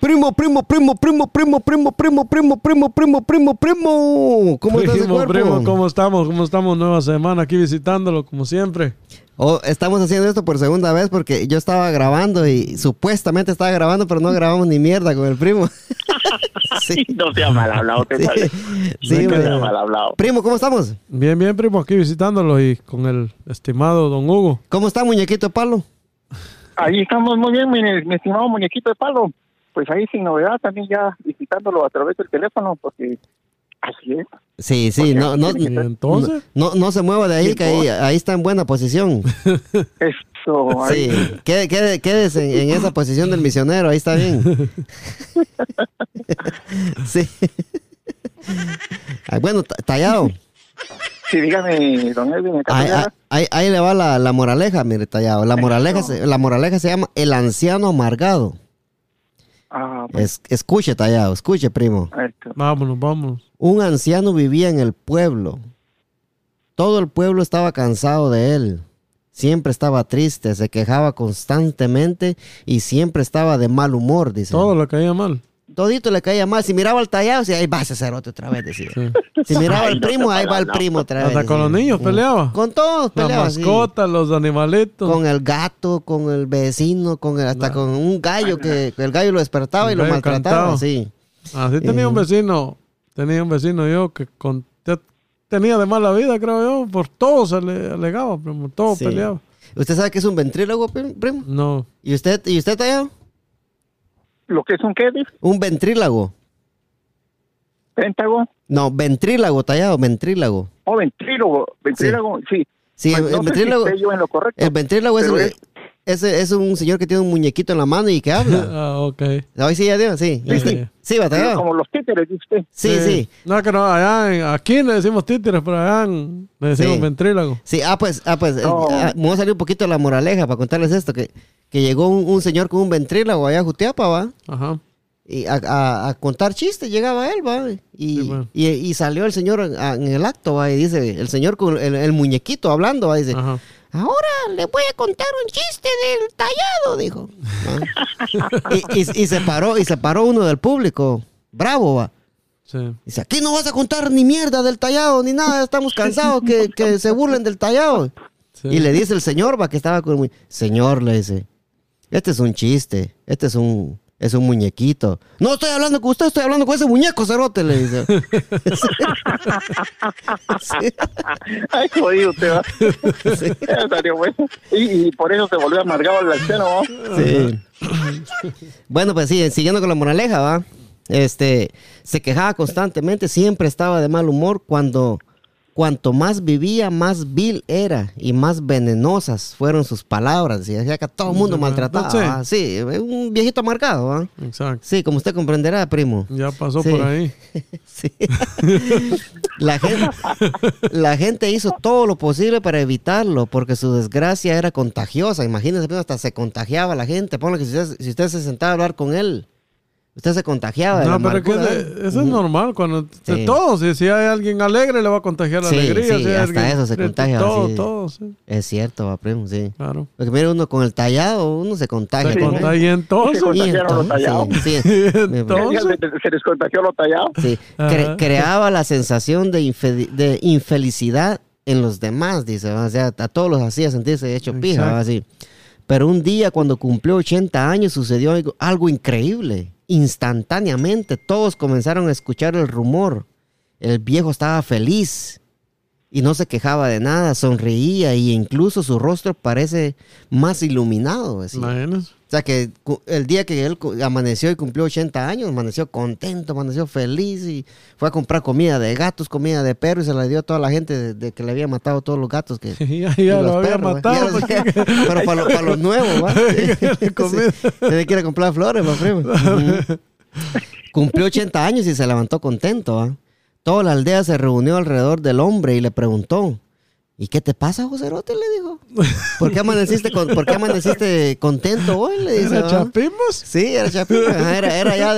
Primo. ¿Cómo está ese cuerpo? Primo, ¿cómo estamos? ¿Cómo estamos? Nueva semana aquí visitándolo, como siempre. Estamos haciendo esto por segunda vez porque yo estaba grabando y supuestamente estaba grabando, pero no grabamos ni mierda con el primo. Sí. No sea mal hablado, te sale. Sí, no bueno. sea mal hablado. Primo, ¿cómo estamos? Bien, primo, aquí visitándolo y con el estimado don Hugo. ¿Cómo está, muñequito de palo? Ahí estamos muy bien, mi estimado muñequito de palo. Pues ahí sin novedad, también ya visitándolo a través del teléfono, porque así es. Sí, Porque ¿Y entonces? no se mueva de ahí, que ahí está en buena posición. Eso, ahí. Sí, quédese en esa posición del misionero, ahí está bien. Sí. Bueno, tallado. Sí, dígame, don Edwin. Ahí le va la moraleja, mire, tallado. La moraleja se llama El Anciano Amargado. Pues, Escuche, tallado, escuche, primo. Vámonos. Un anciano vivía en el pueblo. Todo el pueblo estaba cansado de él. Siempre estaba triste, se quejaba constantemente y siempre estaba de mal humor, dice. Todo le caía mal. Todito le caía mal. Si miraba al tallado, decía, ahí va ese cerote otra vez, decía. Sí. Si miraba al primo, ahí va el primo otra vez. Hasta con los niños peleaba. Con todos peleaba. Las mascotas, los animalitos. Con el gato, con el vecino, con un gallo que el gallo lo despertaba y lo maltrataba. Sí. Así tenía un vecino yo que tenía de mala vida, creo yo. Por todo se le alegaba, primo. Todo peleaba. ¿Usted sabe qué es un ventrílogo, primo? No. ¿Y usted tallado? ¿Lo que es un qué, dice? Un ventrílago. ¿Péntago? No, ventrílago, tallado, ventrílago. Oh, ventrílogo, sí. Sí, Pues, el ventrílago. No sé si yo en lo correcto. El ventrílago es un señor que tiene un muñequito en la mano y que habla. Ok. Hoy sí, ya digo, sí. Sí, batallado. Como los títeres, dice usted. Sí. No, que no, aquí le decimos títeres, pero allá le decimos ventrílago. Sí, me voy a salir un poquito de la moraleja para contarles esto, que llegó un señor con un ventrílago allá a Jutiapa, ¿va? Ajá. Y a contar chistes llegaba él, ¿va? Y salió el señor en el acto, ¿va? Y dice, el señor con el muñequito hablando, ¿va? Dice, ajá. Ahora le voy a contar un chiste del tallado, dijo. Y se paró uno del público, bravo, ¿va? Sí. Dice, aquí no vas a contar ni mierda del tallado, ni nada, estamos cansados que se burlen del tallado. Sí. Y le dice el señor, va, que estaba con el señor, le dice, este es un chiste, este es un muñequito. No estoy hablando con usted, estoy hablando con ese muñeco, cerote, le dice. Sí. Ay, jodido usted, va. Sí. Salió bueno. Y por eso se volvió amargado el anciano, ¿no? Sí. Bueno, pues sí, siguiendo con la moraleja, va. Se quejaba constantemente, siempre estaba de mal humor. Cuanto más vivía, más vil era y más venenosas fueron sus palabras. Decía que a todo el mundo maltrataba. Sí, un viejito amargado, ¿va? Exacto. Sí, como usted comprenderá, primo. Ya pasó por ahí. Sí. La gente hizo todo lo posible para evitarlo porque su desgracia era contagiosa. Imagínense, hasta se contagiaba la gente. Ponle que si usted se sentaba a hablar con él, usted se contagiaba de la amargura. Eso es normal. Cuando de todos, si hay alguien alegre, le va a contagiar la alegría. Sí, si hasta eso se contagia. Todo, sí. Es cierto, va, primo, sí. Claro. Porque mire, uno con el tallado, uno se contagia. Se contagia entonces. Se contagiaron los tallados. Sí. Se les contagió los tallados. Sí. Creaba la sensación de infelicidad en los demás, dice. O sea, a todos los hacía sentirse hecho pija, así. Pero un día, cuando cumplió 80 años, sucedió algo increíble. Instantáneamente todos comenzaron a escuchar el rumor. El viejo estaba feliz y no se quejaba de nada, sonreía y incluso su rostro parece más iluminado. Imagínese. O sea que el día que él amaneció y cumplió 80 años, amaneció contento, amaneció feliz y fue a comprar comida de gatos, comida de perros y se la dio a toda la gente de que le había matado todos los gatos. Ya lo había matado. Pero para los nuevos, ¿va? Tiene que ir a comprar flores, ¿va, primo? Cumplió 80 años y se levantó contento, ¿va? Toda la aldea se reunió alrededor del hombre y le preguntó, ¿y qué te pasa, Joserote? Le dijo. ¿Por qué amaneciste contento hoy? Le dice. ¿Era Chapimos? Sí, era Chapimos. Ajá, era ya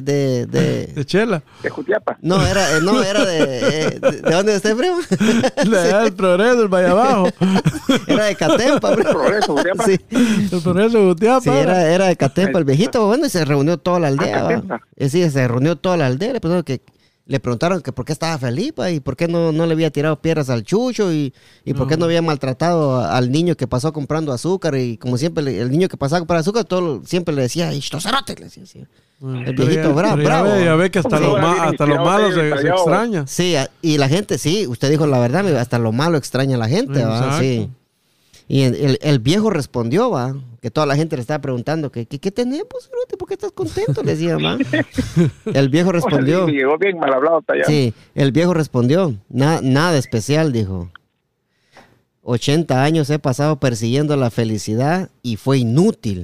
de Chela. De Jutiapa. No, era ¿de dónde está, primo? El Progreso, el Valle Abajo. Era de Catempa, primo. Progreso, Jutiapa. Sí. El Progreso de Jutiapa. Sí, era de Catempa el viejito. Bueno, y se reunió toda la aldea. Catempa. Sí, se reunió toda la aldea. Le preguntaron que por qué estaba feliz, y por qué no le había tirado piedras al chucho y por qué no había maltratado al niño que pasó comprando azúcar. Y como siempre, el niño que pasaba a comprar azúcar, siempre le decía, ¡Istocerote! Le decía así. El viejito bravo. Ya ve que hasta lo malo se extraña. Sí, y la gente, sí, usted dijo la verdad, hasta lo malo extraña a la gente, ¿va? Sí. Y el viejo respondió, va, que toda la gente le estaba preguntando, ¿qué tenés, pues, ¿por qué estás contento? Le decía, va. El viejo respondió. Sí, llegó bien mal hablado hasta allá. Sí, el viejo respondió, nada especial, dijo. 80 años he pasado persiguiendo la felicidad y fue inútil.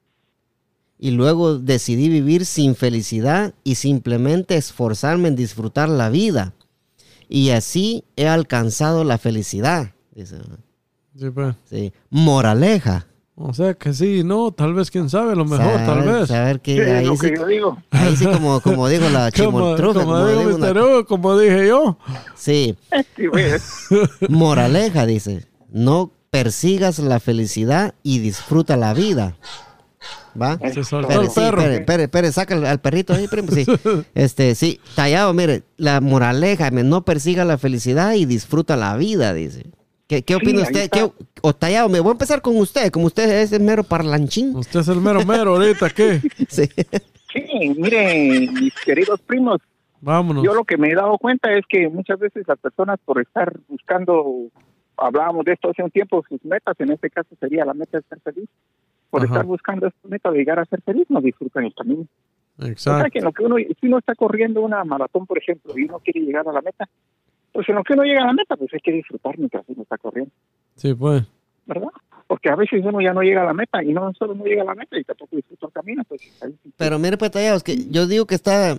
Y luego decidí vivir sin felicidad y simplemente esforzarme en disfrutar la vida. Y así he alcanzado la felicidad, dice. Sí, pues. Sí. Moraleja. O sea que sí, no, tal vez, quién sabe, lo mejor, tal vez. Saber que Sí, ahí, lo sí, que yo digo. ahí sí como dijo la chimoltruja. Como digo Mr. Hugo, como dije yo. Sí. Sí, güey. Moraleja, dice. No persigas la felicidad y disfruta la vida. ¿Va? Se soltó Espere, el perro. espere, saca al perrito ahí, primo. Sí. Sí, Tallado, mire, la moraleja, no persiga la felicidad y disfruta la vida, dice. ¿Qué opina usted? Tallado, me voy a empezar con usted, como usted es el mero parlanchín. Usted es el mero ahorita, ¿qué? Sí. Sí, miren, mis queridos primos, Vámonos. yo lo que me he dado cuenta es que muchas veces las personas por estar buscando, hablábamos de esto hace un tiempo, sus metas, en este caso sería la meta de ser feliz, por estar buscando esta meta de llegar a ser feliz, no disfrutan el camino. Exacto. O sea, que en lo que si uno está corriendo una maratón, por ejemplo, y uno quiere llegar a la meta, pues en lo que uno llega a la meta, pues hay que disfrutar mientras uno está corriendo. Sí, pues. ¿Verdad? Porque a veces uno ya no llega a la meta, y no solo no llega a la meta, y tampoco disfruta el camino. Pues, ahí sí. Pero mire, pues, Tallados, que yo digo que está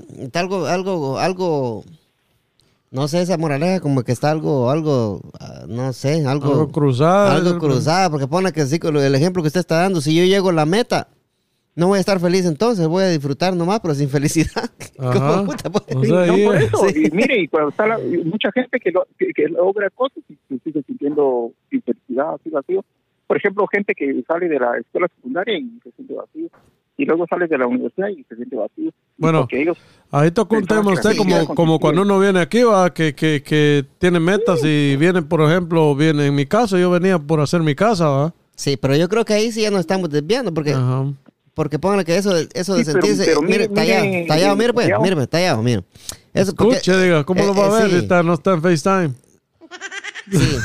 algo, no sé, esa moraleja como que está algo, no sé, Algo cruzada. algo cruzada, porque pone que sí, el ejemplo que usted está dando, si yo llego a la meta, no voy a estar feliz entonces, voy a disfrutar nomás, pero sin felicidad. Ajá. Puta, pues? O sea, No, por eso. Sí. Y mire, y cuando está mucha gente que logra cosas y sigue sintiendo infelicidad, así vacío. Por ejemplo, gente que sale de la escuela secundaria y se siente vacío. Y luego sale de la universidad y se siente vacío. Bueno, ellos, ahí tocó un tema usted como cuando uno viene aquí, va, que tiene metas y viene, por ejemplo, viene en mi caso, yo venía por hacer mi casa, va. Sí, pero yo creo que ahí sí ya nos estamos desviando, porque... Ajá. Porque póngale que eso de Sí, sentirse... pero mire, Tallado, mire pues, Tallado, mire. Eso porque, Escuche, diga, ¿cómo lo va a ver? Sí, No está en FaceTime. sí.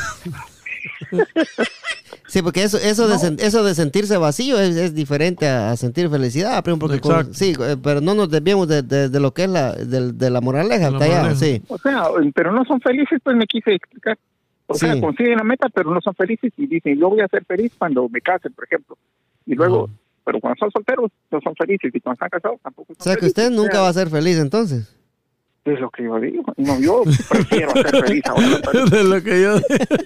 Sí, porque eso de sentirse vacío es diferente a sentir felicidad, primo, porque sí, pero no nos desviemos de lo que es de la moraleja, Tallado, sí. O sea, pero no son felices, pues me quise explicar. O sea, Sí. consiguen la meta, pero no son felices y dicen, yo voy a ser feliz cuando me case, por ejemplo. Y luego... Pero cuando son solteros, no son felices. Y cuando están casados, tampoco son O sea, que felices. usted nunca va a ser feliz, entonces. Es lo que yo digo. No, yo prefiero ser feliz ahora. De lo que yo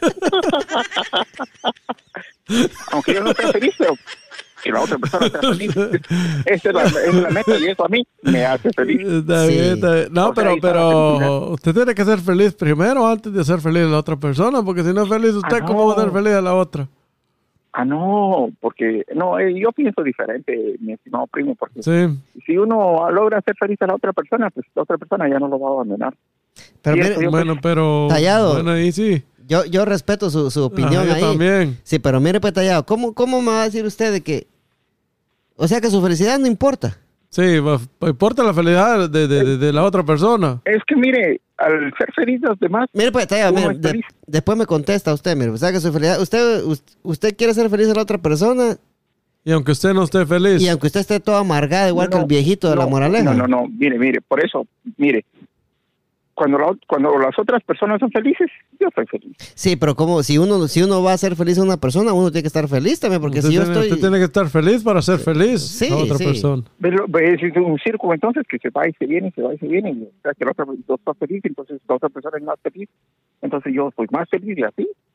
Aunque yo no sea feliz, pero que la otra persona sea feliz. Esa es la meta y eso a mí me hace feliz. Está Sí. bien, está bien. No, O sea, ahí está la pero felicidad. usted tiene que ser feliz primero antes de ser feliz a la otra persona, porque si no es feliz usted, no. ¿cómo va a ser feliz a la otra? No, porque no, yo pienso diferente, mi estimado primo, porque Sí. si uno logra ser feliz a la otra persona, pues la otra persona ya no lo va a abandonar. Pero Sí, mire, eso yo- Bueno, pero... Tallado. Bueno, ahí sí. yo respeto su opinión Ajá, yo ahí. también. Sí, pero mire, pues, Tallado, ¿cómo me va a decir usted de que... O sea, que su felicidad no importa? Sí, importa la felicidad de la otra persona. Es que mire, al ser feliz los demás, Mire, pues, Tallado, Uno mire, es feliz. después me contesta usted, mire, o sea, que su felicidad... Usted quiere ser feliz a la otra persona Y aunque usted no esté feliz. y aunque usted esté todo amargado, igual que el viejito de la moraleja. No, mire, por eso, mire, cuando las otras personas son felices, yo soy feliz. Sí, pero como si uno va a ser feliz a una persona, uno tiene que estar feliz también, porque usted si yo usted estoy... tiene que estar feliz para ser feliz Sí, a otra sí. persona. Es un círculo entonces que se va y se viene, se va y se viene, y, o sea, que la otra persona está feliz, entonces la otra persona es más feliz, entonces yo soy más feliz y así.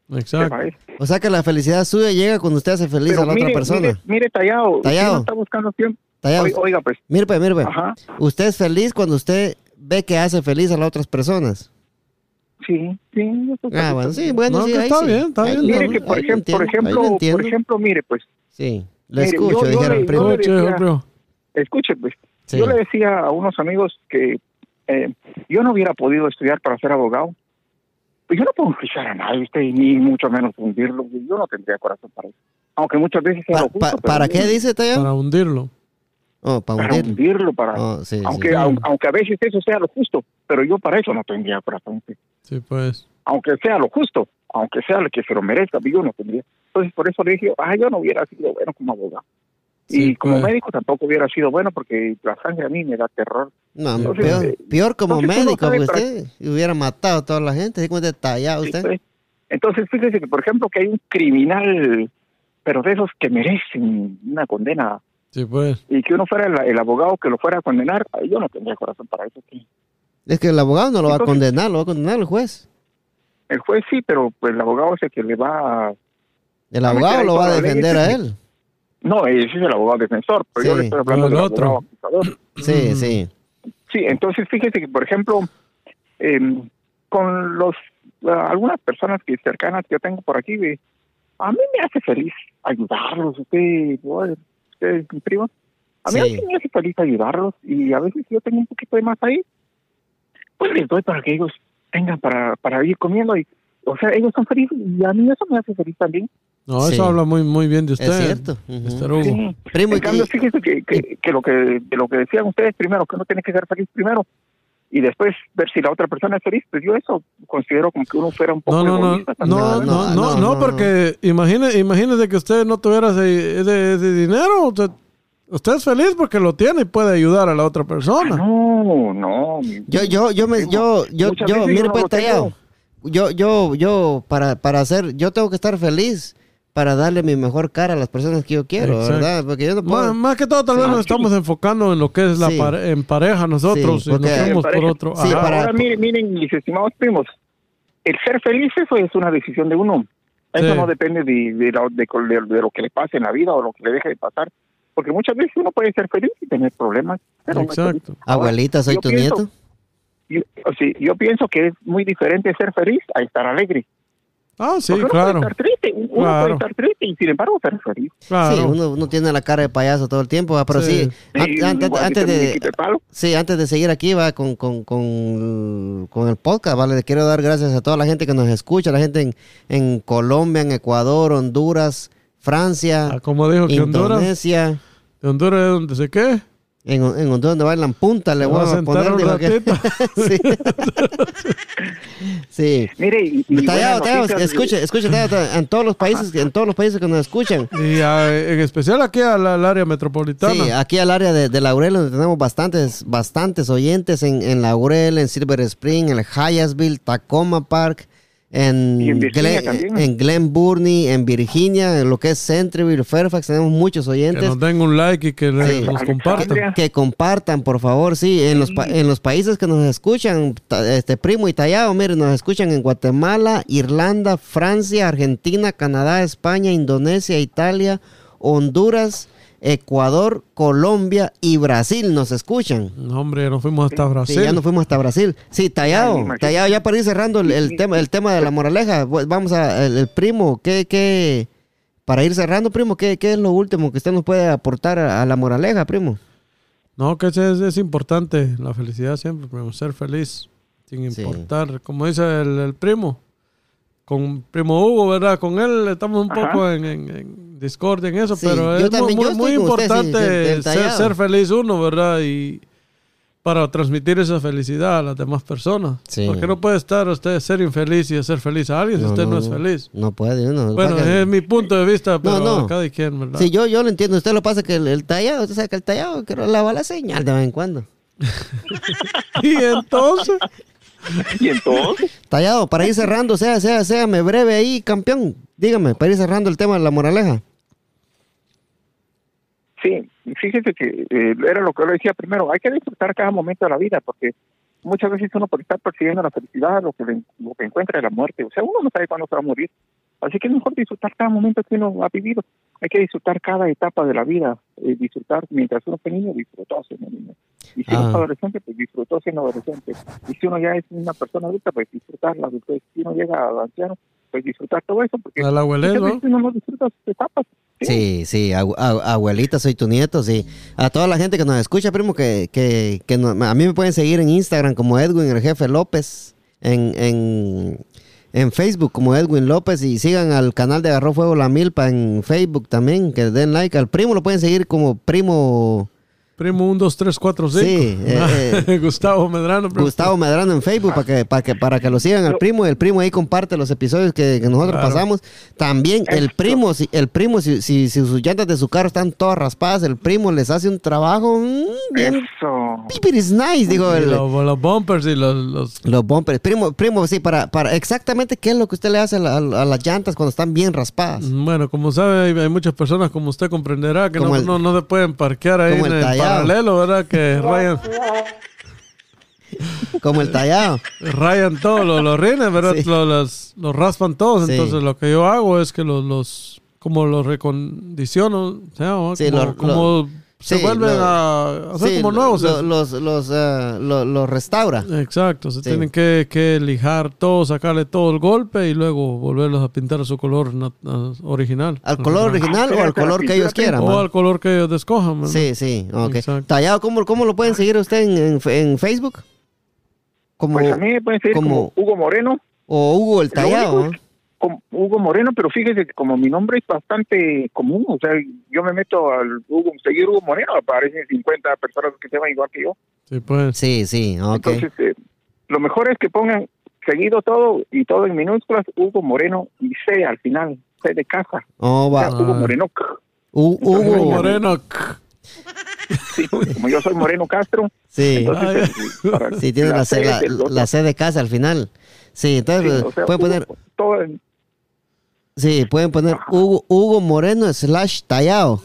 Exacto. O sea que la felicidad suya llega cuando usted hace feliz Pero a la otra persona. Mire, Tallado. Tallado. No está buscando siempre. Tallado. Oiga, pues. Mire, pues. Ajá. Usted es feliz cuando usted ve que hace feliz a las otras personas. Sí. Bueno, sí, bueno, No, sí, que ahí está sí. bien, está Ahí bien. lo- Mire que, por ahí lo entiendo, ejemplo, mire, pues. Sí, lo Mire, escucho, yo dijera le- el primo. yo le Escuche, decía- primo. Escuche, pues. Sí. Yo le decía a unos amigos que yo no hubiera podido estudiar para ser abogado. Pues yo no puedo juzgar a nadie, usted, ni mucho menos hundirlo. Yo no tendría corazón para eso. Aunque muchas veces sea lo justo. pero ¿Para yo- qué dice Tallado? Para hundirlo. Oh, para Para hundirlo. hundirlo, Oh, sí, aunque, sí. aunque a veces eso sea lo justo, pero yo para eso no tendría corazón. Sí, pues. Aunque sea lo justo, aunque sea el que se lo merezca, yo no tendría. Entonces por eso le dije, yo no hubiera sido bueno como abogado. Sí, Y como pues. médico tampoco hubiera sido bueno porque la sangre a mí me da terror. No, Entonces, peor como entonces uno médico, sabe porque para- usted hubiera matado a toda la gente. ¿Sí cómo está Tallado Sí, usted? pues. Entonces fíjese que, por ejemplo, que hay un criminal, pero de esos que merecen una condena, Sí, pues. y que uno fuera el abogado que lo fuera a condenar, yo no tendría corazón para eso. Sí. Es que el abogado no lo va a Entonces- condenar, lo va a condenar el juez. El juez sí, pero pues el abogado es el que le va a... El abogado lo va a toda la ley, defender a sí. él. No, ese es el abogado defensor, pero yo Sí. le estoy hablando No, el del otro. abogado acusador. Sí, sí. Sí, entonces fíjese que, por ejemplo, con algunas personas cercanas que yo tengo por aquí, a mí me hace feliz ayudarlos. Usted es mi primo. A mí Sí. me hace feliz ayudarlos y a veces si yo tengo un poquito de más ahí, pues les doy para que ellos tengan para ir comiendo y, o sea, ellos son felices y a mí eso me hace feliz también. No, Sí. eso habla muy, muy bien de usted. Es cierto. Ujú. Mr. Hugo. Sí. Primo, En cambio, fíjese que lo que de lo que decían ustedes primero, que uno tiene que ser feliz primero y después ver si la otra persona es feliz, pues yo eso considero como que uno fuera un poco No, egoísta también. no, porque imagínese que usted no tuviera ese dinero. Usted es feliz porque lo tiene y puede ayudar a la otra persona. No. Yo, Muchas veces mire yo no pues lo Tallado. Yo tengo que estar feliz para darle mi mejor cara a las personas que yo quiero, Exacto. ¿verdad? Porque yo no puedo... Más que todo, tal vez nos estamos enfocando en lo que es Sí. en pareja nosotros Sí, y nos porque- fuimos En por pareja. otro. Sí, Ajá. para- Ahora miren, mis estimados primos, el ser feliz eso es una decisión de uno. Eso Sí. no depende de lo que le pase en la vida o lo que le deje de pasar. Porque muchas veces uno puede ser feliz y tener problemas. Pero no es feliz. Exacto. Ahora, Abuelita, soy yo tu pienso- nieto. Yo pienso que es muy diferente ser feliz a estar alegre. Ah, sí, Porque uno claro. puede estar triste, uno Claro. puede estar triste y sin embargo ser feliz. Claro. Sí, uno tiene la cara de payaso todo el tiempo, ¿va? Pero Sí. sí, antes de... de palo. Sí, antes de seguir aquí va con el podcast, ¿vale? Le quiero dar gracias a toda la gente que nos escucha, la gente en Colombia, en Ecuador, Honduras, Francia, Ah, como dijo que Honduras, Indonesia, de Honduras es donde se qué. en Honduras donde bailan punta, le Se voy va a a sentar poner, un digo que... ratito. Sí. Mire, y Tallado, buenas noticias, escuche, Tallado, en todos los países que nos escuchan. Y en especial aquí al área metropolitana. Sí, aquí al área de Laurel, donde tenemos bastantes oyentes en Laurel, en Silver Spring, en Hyattsville, Tacoma Park, Y en Virginia también. en Glen Burnie, en Virginia, en lo que es Centerville, Fairfax, tenemos muchos Que oyentes. nos den un like y que Sí. nos compartan. Alexandria. Que compartan, por favor, sí, en los países que nos escuchan, Primo y Tallado, miren, nos escuchan en Guatemala, Irlanda, Francia, Argentina, Canadá, España, Indonesia, Italia, Honduras, Ecuador, Colombia y Brasil nos escuchan. No, hombre, ya nos fuimos hasta Sí, Brasil. ya nos fuimos hasta Brasil. Sí, Tallado, Ay, imagínate. ya para ir cerrando el tema de la moraleja, vamos a, el primo, para ir cerrando, primo, ¿qué es lo último que usted nos puede aportar a la moraleja, primo? No, que es importante la felicidad siempre, primo, ser feliz sin Sí. importar. Como dice el primo, con primo Hugo, ¿verdad? Con él estamos un Ajá. poco en discordia en eso, Sí, pero yo es también, yo muy estoy con usted, sí, importante del Tallado. ser feliz uno, ¿verdad? Y para transmitir esa felicidad a las demás personas. Sí. Porque no puede estar usted ser infeliz y hacer feliz a alguien si usted no es feliz. No puede uno. Bueno, es mi punto de vista, pero no. cada quien, ¿verdad? Sí, yo lo entiendo. Usted lo pasa que el Tallado, usted sabe que el Tallado que lava la señal de vez en cuando. Y entonces, Y entonces, Tallado, para ir cerrando, séame breve ahí, campeón. Dígame, para ir cerrando el tema de la moraleja. sí, fíjese que era lo que yo le decía primero, hay que disfrutar cada momento de la vida, porque muchas veces uno por estar persiguiendo la felicidad, lo que encuentra es la muerte. O sea, uno no sabe cuándo se va a morir. Así que es mejor disfrutar cada momento que uno ha vivido. Hay que disfrutar cada etapa de la vida. Disfrutar, mientras uno fue niño, disfrutó siendo niño. Y si uno es adolescente, pues disfrutó siendo adolescente. Y si uno ya es una persona adulta, pues disfrutar la adultez. Si uno llega a anciano, pues disfrutar todo eso. Porque a la abuelita, ¿no? Uno no disfruta sus etapas. Sí, abuelita, soy tu nieto, sí. A toda la gente que nos escucha, primo, que a mí me pueden seguir en Instagram como Edwin el Jefe López, en Facebook como Edwin López, y sigan al canal de Agarró Fuego la Milpa en Facebook también, que den like. Al primo lo pueden seguir como Primo 1, 2, 3, 4, 5. Sí, Gustavo Medrano. Gustavo Medrano en Facebook para que lo sigan al primo. El primo ahí comparte los episodios que nosotros pasamos. También el primo, si sus llantas de su carro están todas raspadas, el primo les hace un trabajo bien. It is nice, digo. Los bumpers y los bumpers. Primo, sí, para exactamente qué es lo que usted le hace a las llantas cuando están bien raspadas. Bueno, como sabe, hay muchas personas, como usted comprenderá, que no se pueden parquear ahí en el paralelo, ¿verdad? Que rayan. Como el tallado. Rayan todos los rines, ¿verdad? Sí. Los raspan todos. Sí. Entonces lo que yo hago es que como los recondiciono, ¿no? Sí, como se vuelven a hacer como nuevos. Los restaura. Exacto. Se tienen que lijar todo, sacarle todo el golpe y luego volverlos a pintar a su color original. ¿Al color original o al color que ellos quieran? O al color que ellos escojan. Sí. Okay. Tallado, ¿cómo lo pueden seguir usted en Facebook? Pues a mí me pueden seguir como Hugo Moreno. O Hugo el Tallado, como Hugo Moreno, pero fíjese que como mi nombre es bastante común, o sea, yo me meto al seguir Hugo Moreno, aparecen 50 personas que se llaman igual que yo. Sí, pues. Sí, ok. Entonces, lo mejor es que pongan seguido todo y todo en minúsculas, Hugo Moreno y C al final, C de casa. Oh, va. O sea, Hugo Moreno. Hugo Moreno. Sí, como yo soy Moreno Castro. Sí. Entonces, sí, tiene la C de casa al final. Sí, entonces pueden poner... Sí, pueden poner Hugo Moreno / Tallado.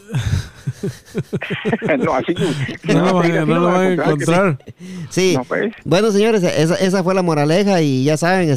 No, así no lo van a encontrar. Sí. No, pues. Bueno, señores, esa fue la moraleja y ya saben,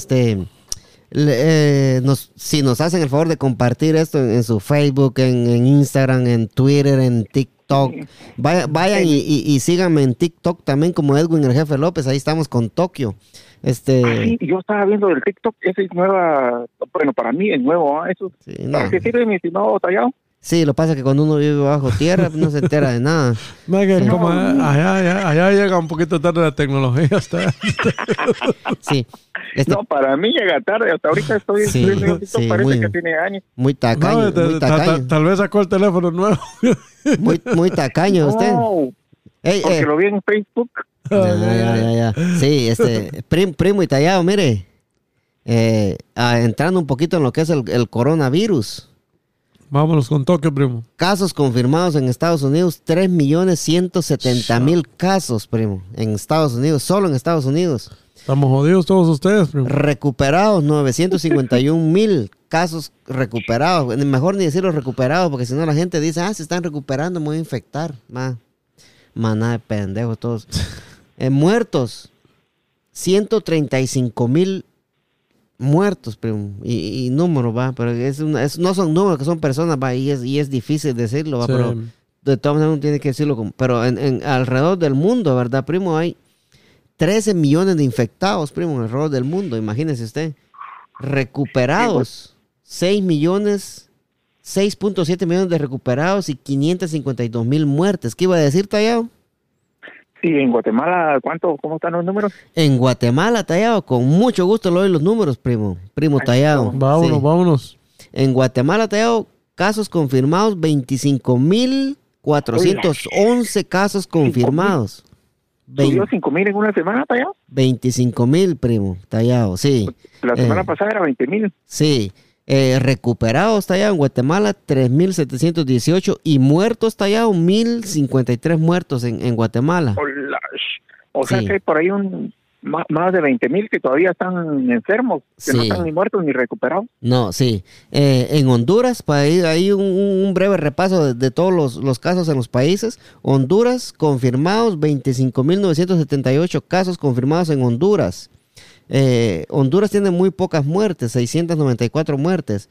si nos hacen el favor de compartir esto en su Facebook, en Instagram, en Twitter, en TikTok, vayan y síganme en TikTok también como Edwin el Jefe López. Ahí estamos con Tokio. Sí, yo estaba viendo el TikTok, esa es nueva, bueno, para mí es nuevo, ¿eh? Eso, sí, no. ¿Para qué sirve, mi estimado Tallado? Sí, lo que pasa es que cuando uno vive bajo tierra no se entera de nada. Como allá llega un poquito tarde la tecnología. Sí. No, para mí llega tarde, hasta ahorita estoy parece que tiene años. Muy tacaño, Tal vez sacó el teléfono nuevo. muy tacaño usted. No, porque lo vi en Facebook. Ya. Sí, primo y Tallado, mire, entrando un poquito en lo que es el coronavirus. Vámonos con Tokio, primo. Casos confirmados en Estados Unidos, 3.170.000 casos, primo, en Estados Unidos, solo en Estados Unidos. Estamos jodidos todos ustedes, primo. Recuperados, 951.000 casos recuperados. Mejor ni decirlo recuperados, porque si no la gente dice, se están recuperando, me voy a infectar. Maná de pendejos todos. Muertos, 135.000 muertos, primo. Y números, pero no son números, que son personas, y es difícil decirlo, sí. Pero de todas maneras uno tiene que decirlo. Pero en alrededor del mundo, ¿verdad, primo? Hay 13 millones de infectados, primo, alrededor del mundo. Imagínese usted. Recuperados, 6.7 millones de recuperados y 552.000 muertes. ¿Qué iba a decir, Tallado? Sí, en Guatemala, ¿cómo están los números? En Guatemala, Tallado, con mucho gusto le doy los números, primo Tallado. Vámonos. En Guatemala, Tallado, casos confirmados, 25.411 casos confirmados. ¿Subió 5.000 en una semana, Tallado? 25.000, primo, Tallado, sí. La semana pasada era 20.000. Sí. Recuperados, Tallado, en Guatemala, 3.718 y muertos, Tallado, 1.053 muertos en Guatemala. O sea que hay por ahí más de 20.000 que todavía están enfermos, que no están ni muertos ni recuperados. No, sí. En Honduras, para ir ahí un breve repaso de todos los casos en los países. Honduras, confirmados, 25.978 casos confirmados en Honduras. Honduras tiene muy pocas muertes, 694 muertes.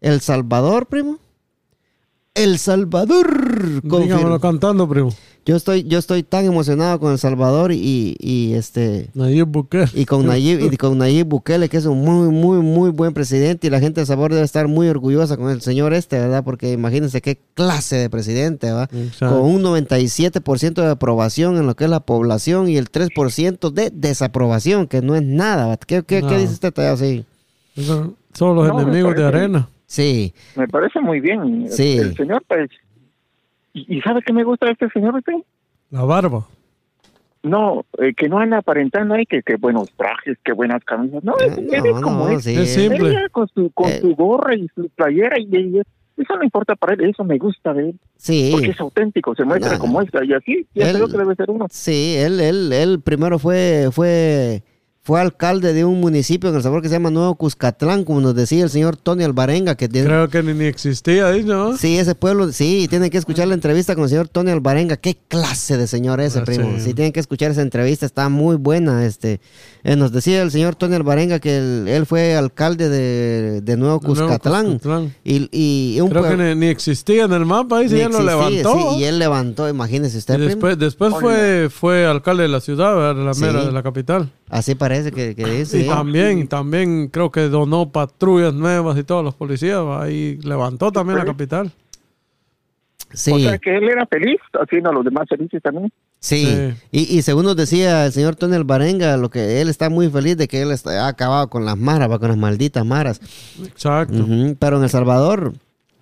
El Salvador, primo. El Salvador. Dígamelo cantando, primo. Yo estoy tan emocionado con El Salvador y Nayib Bukele. Y con Nayib Bukele, que es un muy, muy, muy buen presidente. Y la gente de El Salvador debe estar muy orgullosa con el señor ¿verdad? Porque imagínense qué clase de presidente, ¿verdad? Exacto. Con un 97% de aprobación en lo que es la población y el 3% de desaprobación, que no es nada, ¿verdad? ¿Qué dice usted, Tallado? Sí. Son los enemigos de Arena. Sí. Me parece muy bien. Sí. El señor, pues... ¿Y sabe qué me gusta de este señor usted? La barba. No, que no anda aparentando ahí que buenos trajes, que buenas camisas. No, es como es. Sí. Es simple. Con su gorra y su playera y eso no importa para él, eso me gusta de él. Sí. Porque es auténtico, se muestra como es y así, y es lo que debe ser uno. Sí, él primero fue alcalde de un municipio en El Salvador que se llama Nuevo Cuscatlán, como nos decía el señor Tony Alvarenga. Creo que ni existía ahí, ¿no? Sí, ese pueblo, sí, tienen que escuchar la entrevista con el señor Tony Alvarenga. Qué clase de señor ese, primo. Sí, tienen que escuchar esa entrevista, está muy buena. Nos decía el señor Tony Alvarenga que él fue alcalde de Nuevo Cuscatlán. Y creo que ni existía en el mapa, y él lo levantó. Sí, y él levantó, imagínese usted, primo. Después fue alcalde de la ciudad, ¿verdad? De la mera, de la capital. Así parece que dice. Y también creo que donó patrullas nuevas y todos los policías. Ahí levantó también la capital. Sí. O sea que él era feliz, haciendo a los demás felices también. Sí. Y según nos decía el señor Tony Alvarenga, lo que él está muy feliz de que él ha acabado con las maras, con las malditas maras. Exacto. Pero en El Salvador,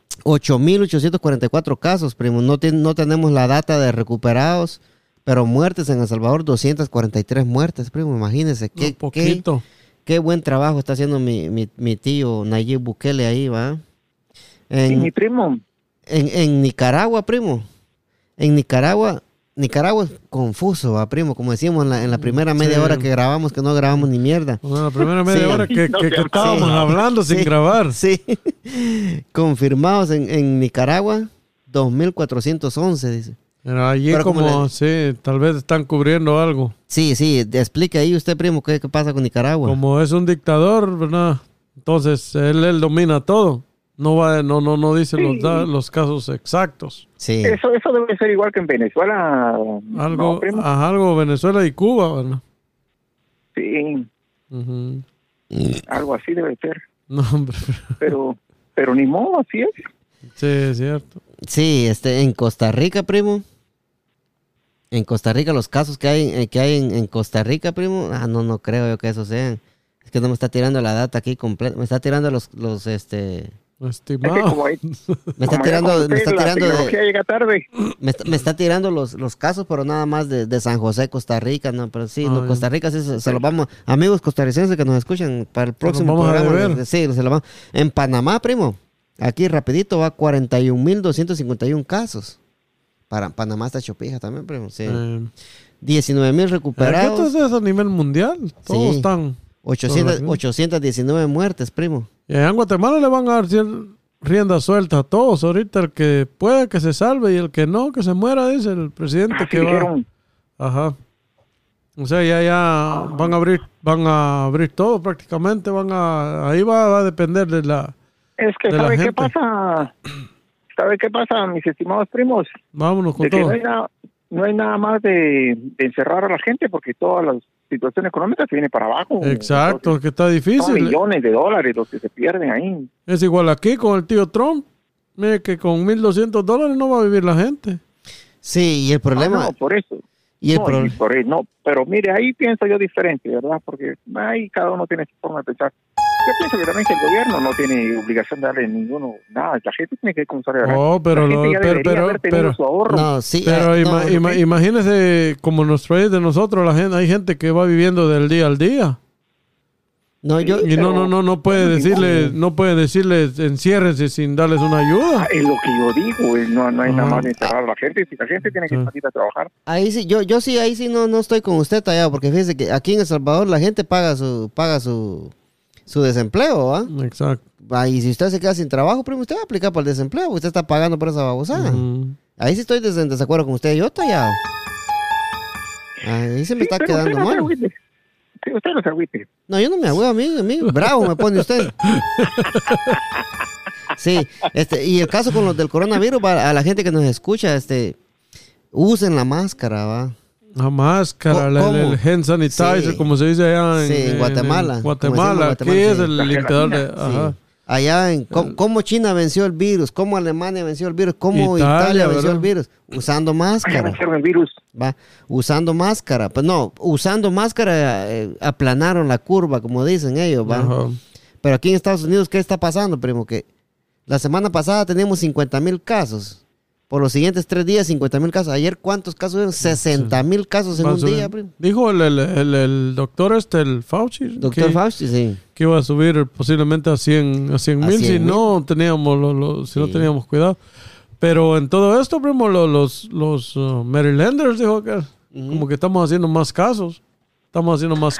8,844 casos, primo. No tenemos la data de recuperados. Pero muertes en El Salvador, 243 muertes, primo. Imagínense. Qué buen trabajo está haciendo mi tío Nayib Bukele ahí, ¿va? ¿Y mi primo? En Nicaragua, primo. En Nicaragua es confuso, ¿va, primo? Como decíamos en la primera media hora que grabamos, que no grabamos ni mierda. Bueno, la primera media hora que estábamos hablando sin grabar. Sí. Confirmados en Nicaragua, 2,411, dice. Pero allí tal vez están cubriendo algo. Sí, explique ahí usted, primo, qué pasa con Nicaragua. Como es un dictador, ¿verdad? Entonces, él domina todo. No dice los casos exactos. Sí. Eso debe ser igual que en Venezuela. Algo Venezuela y Cuba, ¿verdad? Sí. Uh-huh. Algo así debe ser. No, hombre. Pero ni modo, así es. Sí, es cierto. Sí, en Costa Rica, primo. En Costa Rica, los casos que hay en Costa Rica, primo. No creo yo que eso sean. Es que no me está tirando la data aquí completa. Me está tirando los estimados. Me está tirando llega tarde. Me está tirando los casos, pero nada más de San José, Costa Rica, no, pero sí, Costa Rica sí se los vamos, amigos costarricenses que nos escuchan para el próximo programa. Sí, se los vamos. En Panamá, primo. Aquí rapidito va 41,251 casos. Para Panamá está chopija también, primo. Sí. 19,000 recuperados. Esto es a nivel mundial. Todos están. 819 muertes, primo. Y en Guatemala le van a dar rienda suelta a todos. Ahorita el que pueda que se salve y el que no, que se muera, dice el presidente que va. Ajá. O sea, ya van a abrir todo prácticamente. Ahí va a depender de la. Es que ¿sabe qué pasa? ¿Sabe qué pasa, mis estimados primos? Vámonos con todo. No hay nada más de encerrar a la gente porque toda la situación económica se viene para abajo. Exacto, entonces, que está difícil. Son millones de dólares los que se pierden ahí. Es igual aquí con el tío Trump. Mire que con $1,200 no va a vivir la gente. Sí, y el problema... No, por eso. Pero mire, ahí pienso yo diferente, ¿verdad? Porque ahí cada uno tiene su forma de pensar. Yo pienso que también que el gobierno no tiene obligación de darle ninguno nada. La gente tiene que comenzar a ganar. Imagínese como nuestro país de nosotros, hay gente que va viviendo del día al día. No puede decirles enciérrense sin darles una ayuda. Es lo que yo digo, no hay nada más de encerrar a la gente. Si la gente tiene que salir a trabajar. Ahí sí, yo sí, ahí sí no estoy con usted tallado, porque fíjese que aquí en El Salvador la gente paga su desempleo, ¿ah? Exacto. Y si usted se queda sin trabajo, primo, usted va a aplicar para el desempleo, usted está pagando por esa babosada. Ahí sí estoy en desacuerdo con usted, yo tallado. Ahí se me está quedando mal. Sí, usted no se agüite. No, yo no me agüeo, a mí bravo me pone usted. Sí, y el caso con los del coronavirus, a la gente que nos escucha, usen la máscara, ¿va? La máscara, el hand sanitizer, sí, como se dice allá en Guatemala. En Guatemala, aquí es el limpiador de... Ajá. Allá cómo China venció el virus, cómo Alemania venció el virus, cómo Italia venció el virus, usando máscara. El virus. Va, usando máscara. Pues no, usando máscara aplanaron la curva, como dicen ellos, va. Uh-huh. Pero aquí en Estados Unidos, ¿qué está pasando, primo? Que la semana pasada teníamos 50,000 casos. Por los siguientes 3 días, 50,000 casos. Ayer, ¿cuántos casos hubo? 60,000 casos en un día, primo. Dijo el doctor el Fauci. Doctor Fauci, sí. Que iba a subir posiblemente a 100,000 si no teníamos no teníamos cuidado. Pero en todo esto, primo, los Marylanders dijo que como que estamos haciendo más casos. Estamos haciendo más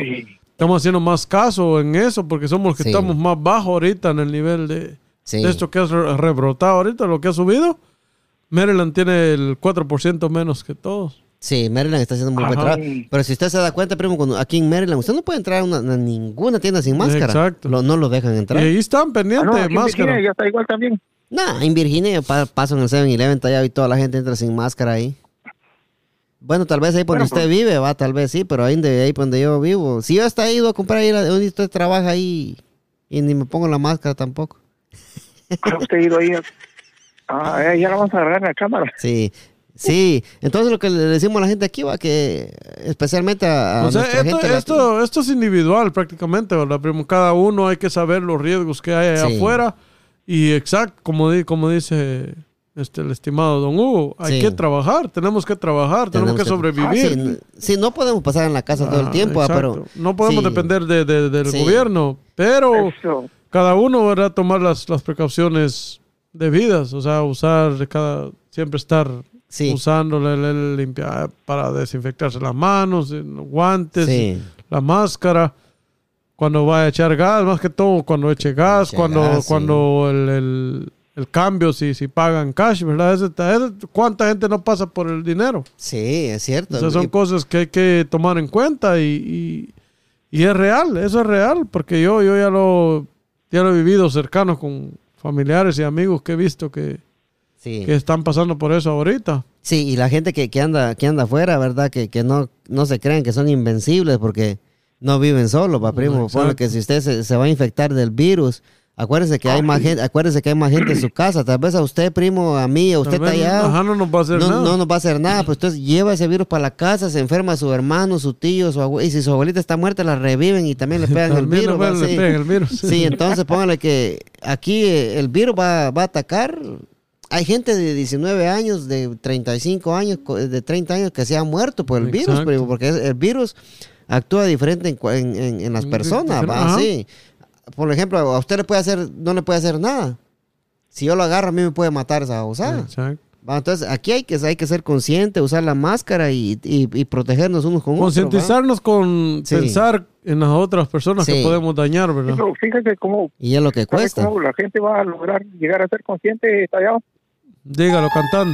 caso en eso porque somos los que estamos más bajo ahorita en el nivel de esto que ha rebrotado ahorita, lo que ha subido. Maryland tiene el 4% menos que todos. Sí, Maryland está haciendo muy buen trabajo. Pero si usted se da cuenta, primo, aquí en Maryland, usted no puede entrar a ninguna tienda sin máscara. Exacto. No lo dejan entrar. Y ahí están pendientes de máscara. Virginia ya está igual también. No, en Virginia yo paso en el 7-Eleven allá y toda la gente entra sin máscara ahí. Bueno, tal vez ahí donde usted vive, va, tal vez sí, pero ahí donde yo vivo. Si yo hasta he ido a comprar ahí donde usted trabaja ahí y ni me pongo la máscara tampoco. ¿Usted ha ido ahí? Ya la vamos a agarrar en la cámara. Sí. Entonces lo que le decimos a la gente aquí va que especialmente a nuestra gente. Esto es individual prácticamente, ¿verdad, primo? Cada uno hay que saber los riesgos que hay allá afuera y exacto, como dice el estimado don Hugo, hay que trabajar, tenemos que trabajar, tenemos que sobrevivir. Sí, no podemos pasar en la casa todo el tiempo, pero no podemos depender del gobierno, pero cada uno va tomar las precauciones debidas, o sea, siempre estar usando el limpiar para desinfectarse las manos, guantes, la máscara, cuando va a echar gas, más que todo cuando eche gas, cuando el cambio, si pagan cash, ¿verdad? ¿Cuánta gente no pasa por el dinero? Sí, es cierto. Esas son cosas que hay que tomar en cuenta y es real, eso es real, porque yo ya lo he vivido cercano con familiares y amigos que he visto que están pasando por eso ahorita. Sí, y la gente que anda afuera, ¿verdad? Que no se creen que son invencibles porque no viven solos, primo. Porque si usted se va a infectar del virus, acuérdese que hay más gente en su casa. Tal vez a usted, primo, a mí, a usted está allá. No nos va a hacer nada. No nos va a hacer nada. Pues usted lleva ese virus para la casa, se enferma a su hermano, su tío, su abuelo. Y si su abuelita está muerta, la reviven y también le pegan el virus. Sí, entonces póngale que aquí el virus va a atacar. Hay gente de 19 años, de 35 años, de 30 años que se ha muerto por el virus, primo, porque el virus actúa diferente en las personas, ¿va? Sí. Por ejemplo, a usted no le puede hacer nada. Si yo lo agarro, a mí me puede matar esa usada. Exacto. Entonces, aquí hay que ser consciente, usar la máscara y protegernos unos con otros. Concientizarnos con pensar en las otras personas que podemos dañar, ¿verdad? Pero fíjate cómo... Y es lo que cuesta. ¿Cómo la gente va a lograr llegar a ser consciente, Tallado? Dígalo cantando.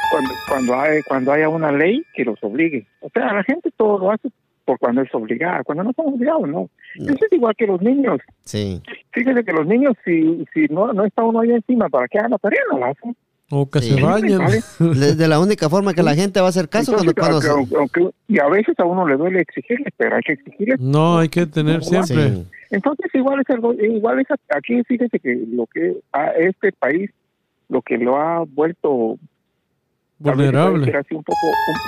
Cuando haya una ley que los obligue. O sea, la gente todo lo hace por cuando es obligada. Cuando no son obligados, no. Eso es igual que los niños. Sí. Fíjese que los niños, si no está uno ahí encima, ¿para qué hagan la tarea? No la hacen. O que se bañen. De la única forma que la gente va a hacer caso. Entonces, y a veces a uno le duele exigirles, pero hay que exigirles. No, hay que tener siempre. Sí. Entonces igual es aquí, fíjese que lo que a este país, lo que lo ha vuelto vulnerable. Así un poco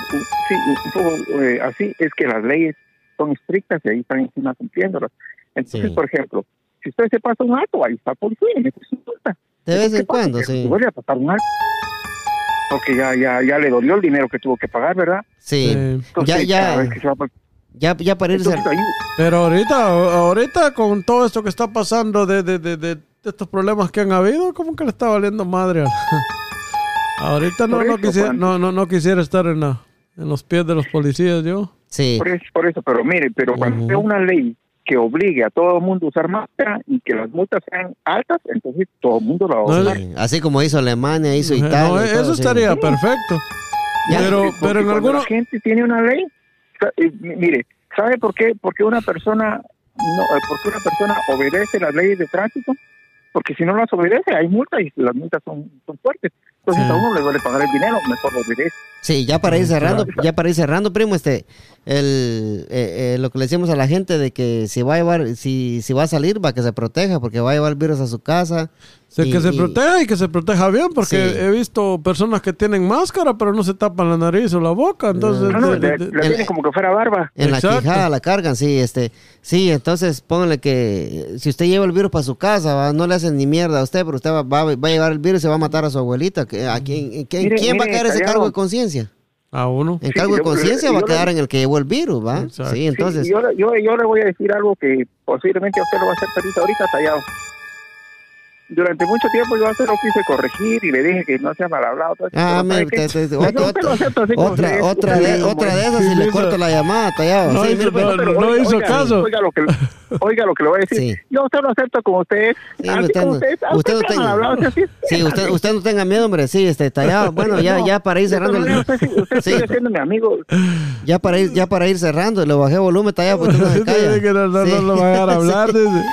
así es que las leyes son estrictas y ahí están encima cumpliéndolas. Entonces, por ejemplo, si usted se pasa un alto, ahí está por fin, de vez en cuando, sí. Vuelve a pasar un alto. Porque ya le dolió el dinero que tuvo que pagar, ¿verdad? Sí. Entonces, ya para irse. Pero ahorita con todo esto que está pasando de estos problemas que han habido, como que le está valiendo madre. Ahorita no quisiera estar en los pies de los policías, yo. Sí. Por eso, pero mire, cuando sea una ley que obligue a todo el mundo a usar máscara y que las multas sean altas, entonces todo el mundo la va a usar. Así como hizo Alemania, hizo Italia. No, eso estaría perfecto. Pero en algunos... La gente tiene una ley. Mire, ¿sabe por qué? Porque una persona obedece las leyes de tránsito. porque si no las obedece hay multas y las multas son fuertes. Entonces a uno le duele pagar el dinero, mejor lo obedece. Sí, ya para ir cerrando, primo, lo que le decimos a la gente de que si va a llevar, si va a salir, va a que se proteja, porque va a llevar el virus a su casa. Que se proteja y que se proteja bien, porque he visto personas que tienen máscara, pero no se tapan la nariz o la boca, entonces... la tienen como que fuera barba. En la quijada la cargan, sí, entonces pónganle que si usted lleva el virus para su casa, no le hacen ni mierda a usted, pero usted va a llevar el virus y se va a matar a su abuelita. ¿Quién va a caer ese cargo de conciencia? A uno. En cargo de conciencia va a quedar en el que llevó el virus, ¿va? Exacto. Sí, entonces... Sí, yo le voy a decir algo que posiblemente a usted lo va a hacer feliz ahorita tallado. Durante mucho tiempo yo a usted lo quise corregir y le dije que no sea mal hablado. Otra de esas y le corto la llamada, tallado. No hizo caso. Oiga lo que le voy a decir. Sí. Yo a usted lo acepto como usted es. Usted no tenga miedo, hombre. Sí, tallado. Bueno, ya para ir cerrando. Usted sigue siendo mi amigo. Ya para ir cerrando, le bajé volumen, tallado, porque no se calla. No lo va a dejar hablar.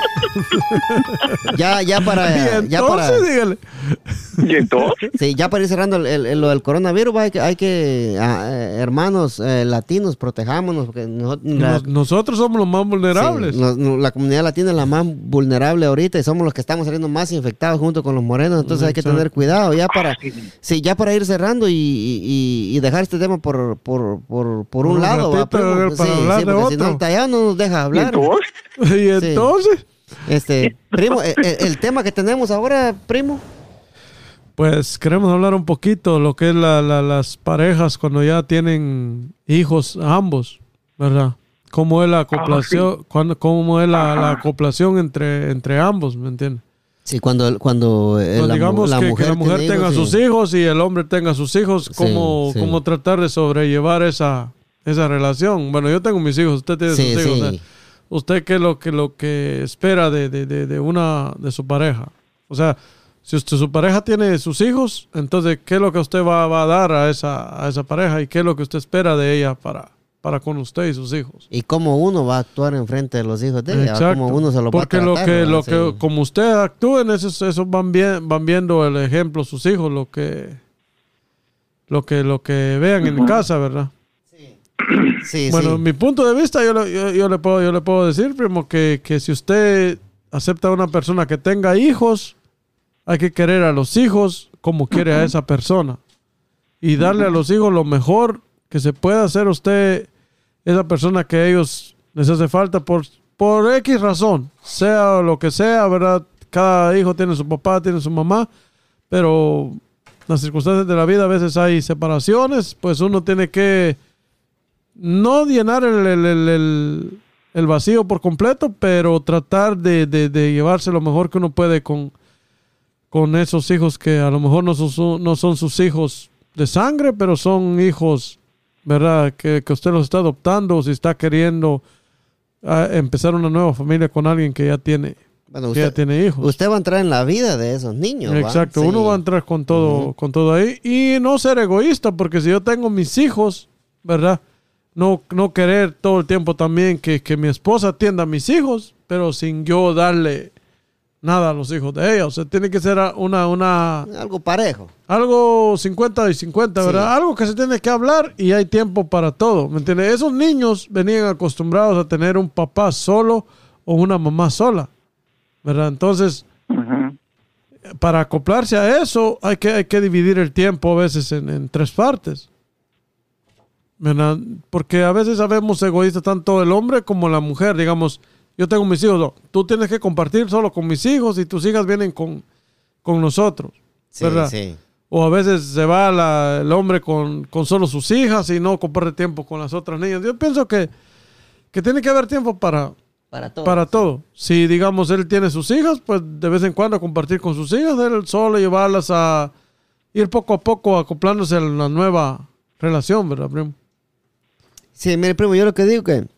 Ya para... dígale. ¿Y entonces? Sí, ya para ir cerrando lo del coronavirus, hay que hermanos latinos, protejámonos, porque nosotros somos los más vulnerables. Sí, la comunidad latina es la más vulnerable ahorita y somos los que estamos saliendo más infectados junto con los morenos, entonces hay que tener cuidado ya para ir cerrando y dejar este tema por un lado, para hablar de otro. Si no, ya no nos deja hablar. ¿Y entonces? Primo, el tema que tenemos ahora, primo. Pues queremos hablar un poquito de lo que es las parejas cuando ya tienen hijos ambos, ¿verdad? ¿Cómo es la acoplación, cómo es la acoplación entre ambos, ¿me entiendes? Sí, cuando digamos la mujer tenga sus hijos y el hombre tenga sus hijos, ¿cómo tratar de sobrellevar esa relación? Bueno, yo tengo mis hijos, usted tiene sus hijos. ¿Eh? ¿Usted qué es lo que espera de su pareja? O sea, si su pareja tiene sus hijos, entonces, ¿qué es lo que usted va a dar a esa pareja? ¿Y qué es lo que usted espera de ella para con usted y sus hijos? ¿Y cómo uno va a actuar en frente de los hijos de ella? Exacto. ¿Cómo uno se lo Porque va a tratar? como usted actúa en eso van viendo el ejemplo sus hijos, lo que vean en casa, ¿verdad? Sí, bueno, mi punto de vista, yo le puedo decir, primo, que si usted acepta a una persona que tenga hijos, hay que querer a los hijos como quiere a esa persona y darle a los hijos lo mejor que se pueda hacer usted, esa persona que a ellos les hace falta por X razón, sea lo que sea, ¿verdad? Cada hijo tiene su papá, tiene su mamá, pero las circunstancias de la vida a veces hay separaciones, pues uno tiene que no llenar el vacío por completo, pero tratar de llevarse lo mejor que uno puede con esos hijos que a lo mejor no son sus hijos de sangre, pero son hijos, ¿verdad? Que usted los está adoptando, o si está queriendo empezar una nueva familia con alguien que ya tiene hijos. Usted va a entrar en la vida de esos niños. Exacto, ¿va? Sí. Uno va a entrar con todo ahí y no ser egoísta, porque si yo tengo mis hijos, ¿verdad? No querer todo el tiempo también que mi esposa atienda a mis hijos, pero sin yo darle nada a los hijos de ella. O sea, tiene que ser algo parejo. Algo 50 y 50, ¿verdad? Sí. Algo que se tiene que hablar y hay tiempo para todo, ¿me entiendes? Esos niños venían acostumbrados a tener un papá solo o una mamá sola, ¿verdad? Entonces, para acoplarse a eso hay que dividir el tiempo a veces en 3 partes. ¿Verdad? Porque a veces sabemos egoístas tanto el hombre como la mujer. Digamos, yo tengo mis hijos, no, tú tienes que compartir solo con mis hijos y tus hijas vienen con nosotros, ¿verdad? Sí. O a veces se va el hombre con solo sus hijas y no comparte tiempo con las otras niñas. Yo pienso que tiene que haber tiempo para todo. Si, digamos, él tiene sus hijas, pues de vez en cuando compartir con sus hijas, él solo llevarlas a ir poco a poco acoplándose a la nueva relación, ¿verdad, primo? Sí, mire, primo, yo lo que digo que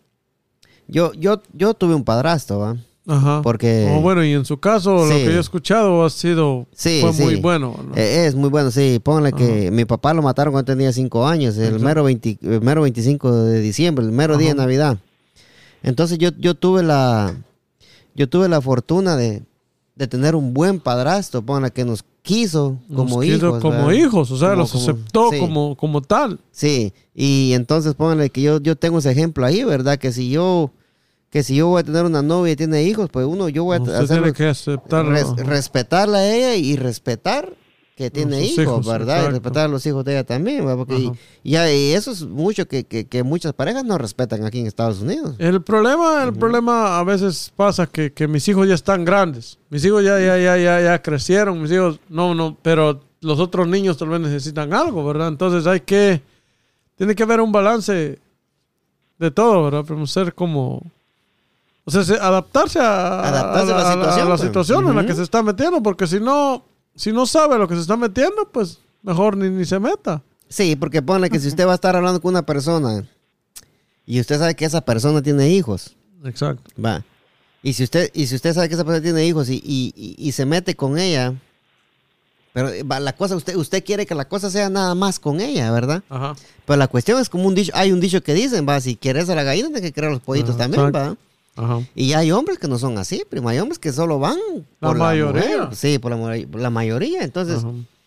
yo tuve un padrastro, ¿va? Ajá. Porque... bueno, y en su caso, lo que yo he escuchado fue muy bueno, ¿no? Es muy bueno, sí. Póngale que mi papá lo mataron cuando tenía 5 años, el mero 25 de diciembre, el mero día de Navidad. Entonces yo tuve la fortuna de de tener un buen padrastro, ponle que nos quiso como hijos. Como hijos, o sea, los aceptó sí. como tal. Sí, y entonces pónganle que yo tengo ese ejemplo ahí, ¿verdad? Que si yo voy a tener una novia y tiene hijos, pues yo voy a tiene que aceptar, respetarla a ella y respetar que tiene hijos, ¿verdad? Exacto. Y respetar a los hijos de ella también, ¿verdad? Porque y eso es mucho que muchas parejas no respetan aquí en Estados Unidos. El problema a veces pasa que mis hijos ya están grandes. Mis hijos ya crecieron, mis hijos pero los otros niños tal vez necesitan algo, ¿verdad? Entonces tiene que haber un balance de todo, ¿verdad? Pero ser como... O sea, adaptarse a la situación en la que se está metiendo, porque si no sabe lo que se está metiendo, pues mejor ni se meta. Sí, porque ponle que si usted va a estar hablando con una persona y usted sabe que esa persona tiene hijos. Exacto. Va. Y si usted sabe que esa persona tiene hijos y se mete con ella, pero la cosa, usted quiere que la cosa sea nada más con ella, ¿verdad? Ajá. Pero la cuestión es como hay un dicho que dicen, va, si quieres a la gallina, tienes que querer a los pollitos también, va. Ajá. Y hay hombres que no son así, primo. Hay hombres que solo van por la mayoría. Mujer. Sí, por la mayoría. Entonces,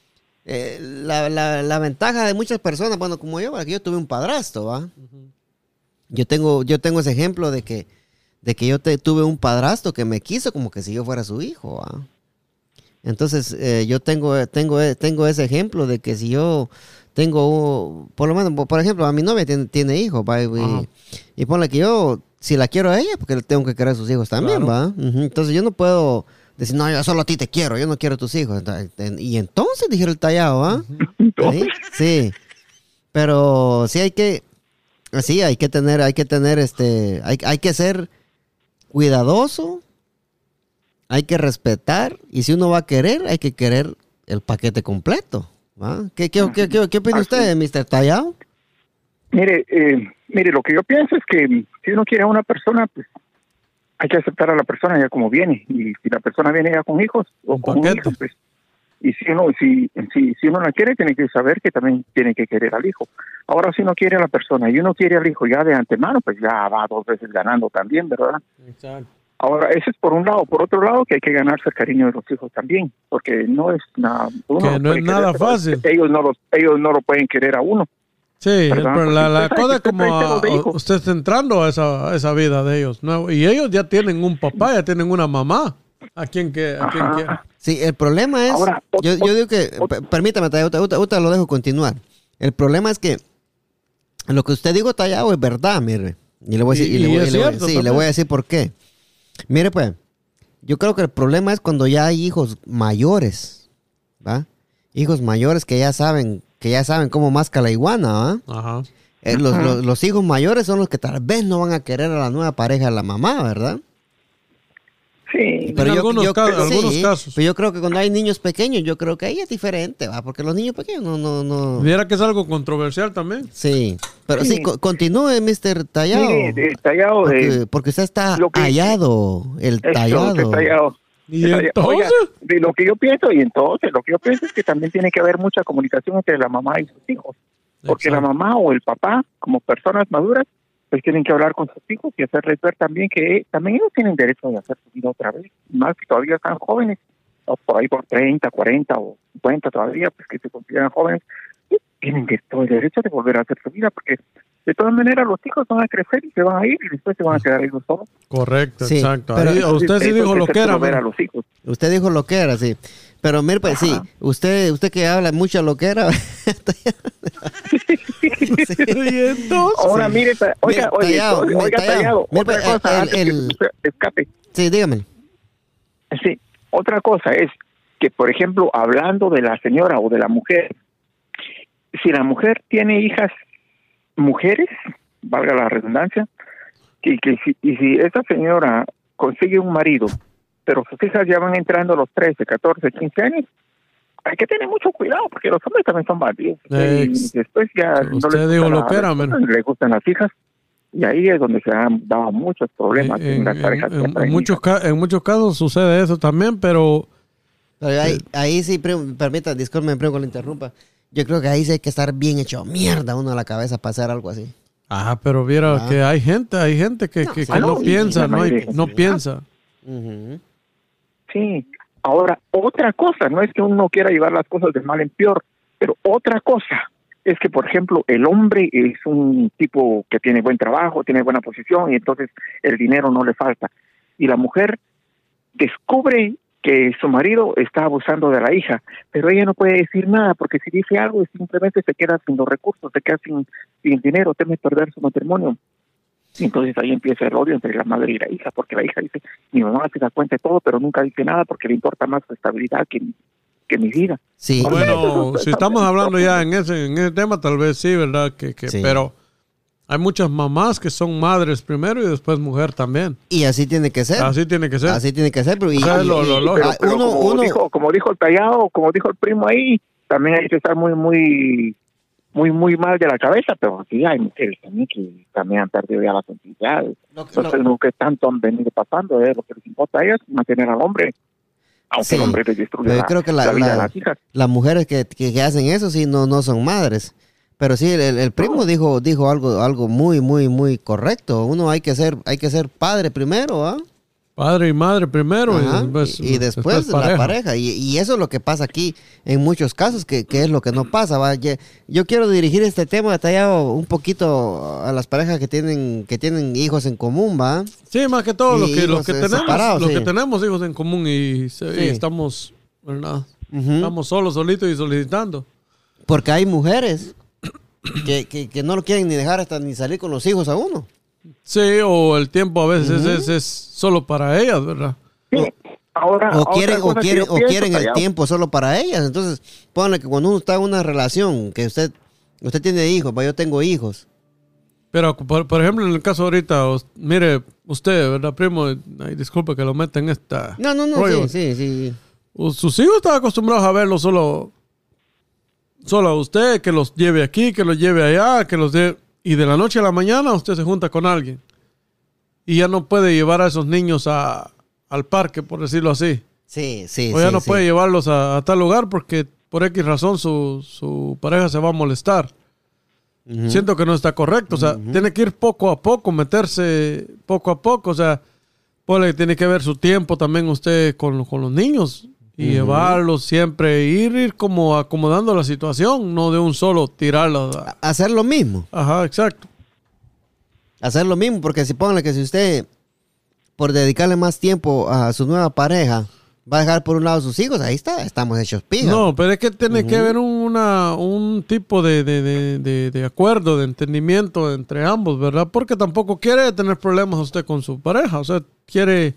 la ventaja de muchas personas, bueno, como yo, que yo tuve un padrastro, ¿va? Yo tengo ese ejemplo de que yo tuve un padrastro que me quiso como que si yo fuera su hijo, ¿va? Entonces, yo tengo ese ejemplo de que si yo tengo, por lo menos, por ejemplo, a mi novia tiene hijos, ¿va? Y ponle que yo, si la quiero a ella, porque tengo que querer a sus hijos también, claro. ¿va? Entonces yo no puedo decir, no, yo solo a ti te quiero, yo no quiero a tus hijos. Y entonces dijeron el tallado, ¿va? Sí. Pero sí hay que ser cuidadoso, hay que respetar, y si uno va a querer, hay que querer el paquete completo, ¿va? ¿Qué opina usted, Mr. Tallado? Mire, lo que yo pienso es que si uno quiere a una persona, pues hay que aceptar a la persona ya como viene. Y si la persona viene ya con hijos o con un hijo, pues, y si uno la quiere, tiene que saber que también tiene que querer al hijo. Ahora, si uno quiere a la persona y uno quiere al hijo ya de antemano, pues ya va 2 veces ganando también, ¿verdad? Exacto. Ahora, ese es por un lado. Por otro lado, que hay que ganarse el cariño de los hijos también, porque no es nada... no es nada fácil. Ellos no lo pueden querer a uno. Sí, pero la cosa es como usted está entrando a esa vida de ellos, ¿no? Y ellos ya tienen un papá, ya tienen una mamá. ¿A quién quiere? Sí, el problema es... Ahora, yo digo que... Permítame, ahorita lo dejo continuar. El problema es que lo que usted dijo, Tallado, es verdad, mire. Y le voy a decir, le voy a decir por qué. Mire, pues, yo creo que el problema es cuando ya hay hijos mayores, ¿va? Hijos mayores que ya saben cómo masca la iguana, ¿va? Ajá. Los hijos mayores son los que tal vez no van a querer a la nueva pareja de la mamá, ¿verdad? Sí, pero en algunos casos. Pero yo creo que cuando hay niños pequeños, yo creo que ahí es diferente, ¿va? Porque los niños pequeños no... Viera que es algo controversial también. Sí, pero sí, continúe, Mr. Tallado. Sí, Tallado. Porque usted está tallado, el Tallado. ¿Y entonces? Oiga, de lo que yo pienso, es que también tiene que haber mucha comunicación entre la mamá y sus hijos. Porque Exacto. La mamá o el papá, como personas maduras, pues tienen que hablar con sus hijos y hacerles ver también que también ellos tienen derecho a hacer su vida otra vez. Más que todavía están jóvenes, o por ahí por 30, 40 o 50 todavía, pues que se consideran jóvenes, tienen todo el derecho de volver a hacer su vida, porque de todas maneras los hijos van a crecer y se van a ir y después se van a quedar ellos solos. Correcto, sí, exacto. Pero usted sí dijo lo que era. A los hijos. Usted dijo lo que era, sí. Pero mire, pues sí, usted que habla mucho lo que era. Ahora mire, oiga, Tallado, otra cosa escape. Sí, dígame. Sí, otra cosa es que, por ejemplo, hablando de la señora o de la mujer, si la mujer tiene hijas mujeres, valga la redundancia, y si esa señora consigue un marido, pero sus hijas ya van entrando a los 13, 14, 15 años, hay que tener mucho cuidado, porque los hombres también son bandidos. Y después ya le gustan las hijas, y ahí es donde se han dado muchos problemas en las parejas. En muchos casos sucede eso también, pero ahí sí, disculpe, primo, que lo interrumpa. Yo creo que ahí sí hay que estar bien hecho mierda uno a la cabeza para hacer algo así. Pero viera que hay gente que no piensa, no piensa. Sí. Ahora, otra cosa, no es que uno quiera llevar las cosas de mal en peor, pero otra cosa es que, por ejemplo, el hombre es un tipo que tiene buen trabajo, tiene buena posición y entonces el dinero no le falta. Y la mujer descubre que su marido está abusando de la hija, pero ella no puede decir nada porque si dice algo simplemente se queda sin los recursos, se queda sin dinero, teme perder su matrimonio. Y entonces ahí empieza el odio entre la madre y la hija, porque la hija dice, mi mamá se da cuenta de todo, pero nunca dice nada porque le importa más su estabilidad que mi vida. Sí. Bueno, si estamos hablando ya en ese tema, tal vez sí, ¿verdad? Sí. Pero hay muchas mamás que son madres primero y después mujer también. Y así tiene que ser. Así tiene que ser. Así tiene que ser. Pero, como dijo el Tallado, como dijo el primo ahí, también hay que estar muy mal de la cabeza, pero sí hay mujeres también que también han perdido ya la sensibilidad. Entonces, lo que tanto han venido pasando es lo que les importa a ellas, mantener al hombre. Aunque el hombre les destruye yo creo que la vida de las hijas. Las mujeres que hacen eso sí no son madres. Pero sí, el primo dijo algo muy correcto. Uno hay que ser padre primero, ¿ah? Padre y madre primero. Ajá, y después la pareja. Y eso es lo que pasa aquí en muchos casos, que es lo que no pasa. ¿Va? Yo quiero dirigir este tema detallado un poquito a las parejas que tienen hijos en común, ¿va? Sí, más que todo los que tenemos hijos en común y estamos, ¿verdad? Estamos solitos y solicitando. Porque hay mujeres que no lo quieren ni dejar hasta ni salir con los hijos a uno. Sí, o el tiempo a veces es solo para ellas, ¿verdad? Sí. O quieren el tiempo solo para ellas. Entonces, ponle que cuando uno está en una relación, que usted tiene hijos, yo tengo hijos. Pero, por ejemplo, en el caso ahorita, mire, usted, ¿verdad, primo? Ay, disculpe que lo meta en esta... No, sí. Sus hijos están acostumbrados a verlo solo a usted, que los lleve aquí, que los lleve allá, que los lleve... Y de la noche a la mañana usted se junta con alguien. Y ya no puede llevar a esos niños al parque, por decirlo así. Sí. O ya no puede llevarlos a tal lugar porque por X razón su pareja se va a molestar. Uh-huh. Siento que no está correcto. O sea, tiene que ir poco a poco, meterse poco a poco. O sea, tiene que ver su tiempo también usted con los niños. Y llevarlos siempre, ir como acomodando la situación, no de un solo tirarlos. Hacer lo mismo. Ajá, exacto. Hacer lo mismo, porque si usted, por dedicarle más tiempo a su nueva pareja, va a dejar por un lado a sus hijos, ahí estamos hechos pija. No, pero es que tiene que haber un tipo de acuerdo, de entendimiento entre ambos, ¿verdad? Porque tampoco quiere tener problemas usted con su pareja. O sea, usted quiere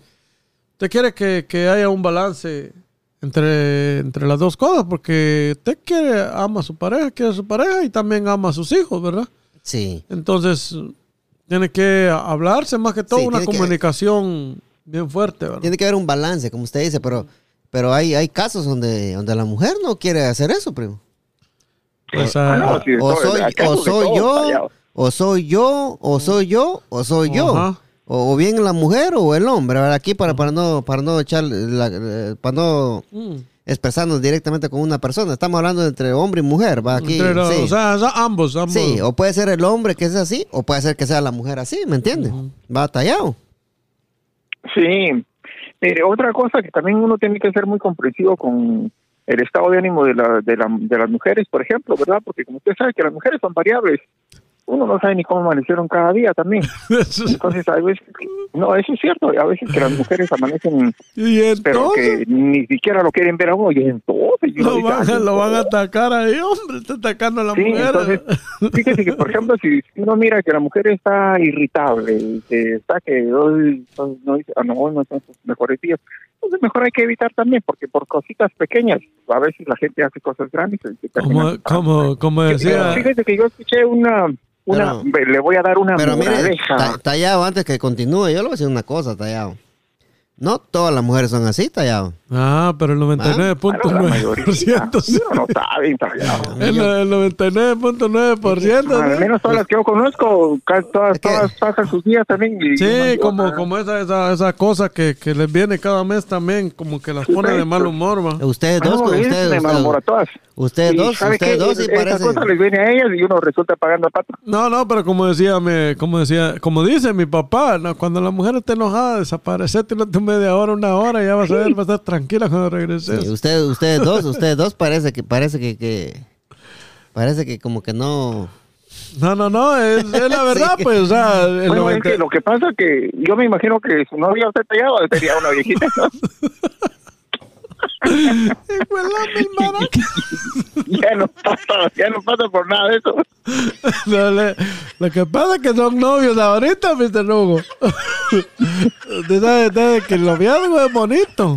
que haya un balance entre las dos cosas, porque usted ama a su pareja y también ama a sus hijos, ¿verdad? Sí. Entonces, tiene que hablarse más que todo, una comunicación bien fuerte, ¿verdad? Tiene que haber un balance, como usted dice, pero hay casos donde la mujer no quiere hacer eso, primo. Pues, o soy yo. Ajá. O bien la mujer o el hombre, ¿verdad? Aquí para no expresarnos directamente con una persona. Estamos hablando entre hombre y mujer, ¿va? Aquí, o sea, ambos. Sí, o puede ser el hombre que es así, o puede ser que sea la mujer así, ¿me entiendes? Va tallado. Sí. Otra cosa que también uno tiene que ser muy comprensivo con el estado de ánimo de las mujeres, por ejemplo, ¿verdad? Porque como usted sabe que las mujeres son variables. Uno no sabe ni cómo amanecieron cada día también. Entonces, a veces, no, eso es cierto, a veces que las mujeres amanecen, pero que ni siquiera lo quieren ver a uno, y entonces... Lo van a atacar ahí, hombre, está atacando a la mujer. Entonces, fíjese que, por ejemplo, si uno mira que la mujer está irritable, que está que hoy no son sus mejores días, entonces mejor hay que evitar también, porque por cositas pequeñas, a veces la gente hace cosas grandes. Como decía... Fíjese que yo escuché le voy a dar una moraleja. Tallado, antes que continúe, yo le voy a decir una cosa, Tallado. No todas las mujeres son así, Tallado. Pero el 99.9%. No saben, el 99.9%. Al menos todas las que yo conozco, todas pasan sus días también. Sí, como esa cosa que les viene cada mes también, como que las pone de mal humor, va. Ustedes dos, ustedes dos, y parece. Esa cosa les viene a ellas y uno resulta pagando a pato. No, pero como dice mi papá, no, cuando la mujer esté enojada, desaparecete media hora, una hora, y ya vas a ver, va a estar tranquila cuando regreses. Sí, ustedes dos parece que como que no. No, es la verdad, sí. Pues, o sea, es que lo que pasa es que yo me imagino que su novia usted tallado sería una viejita, ¿no? Ya no pasa por nada de eso. Lo que pasa es que son novios ahorita, Mr. Hugo. Usted sabe que el noviazgo es bonito.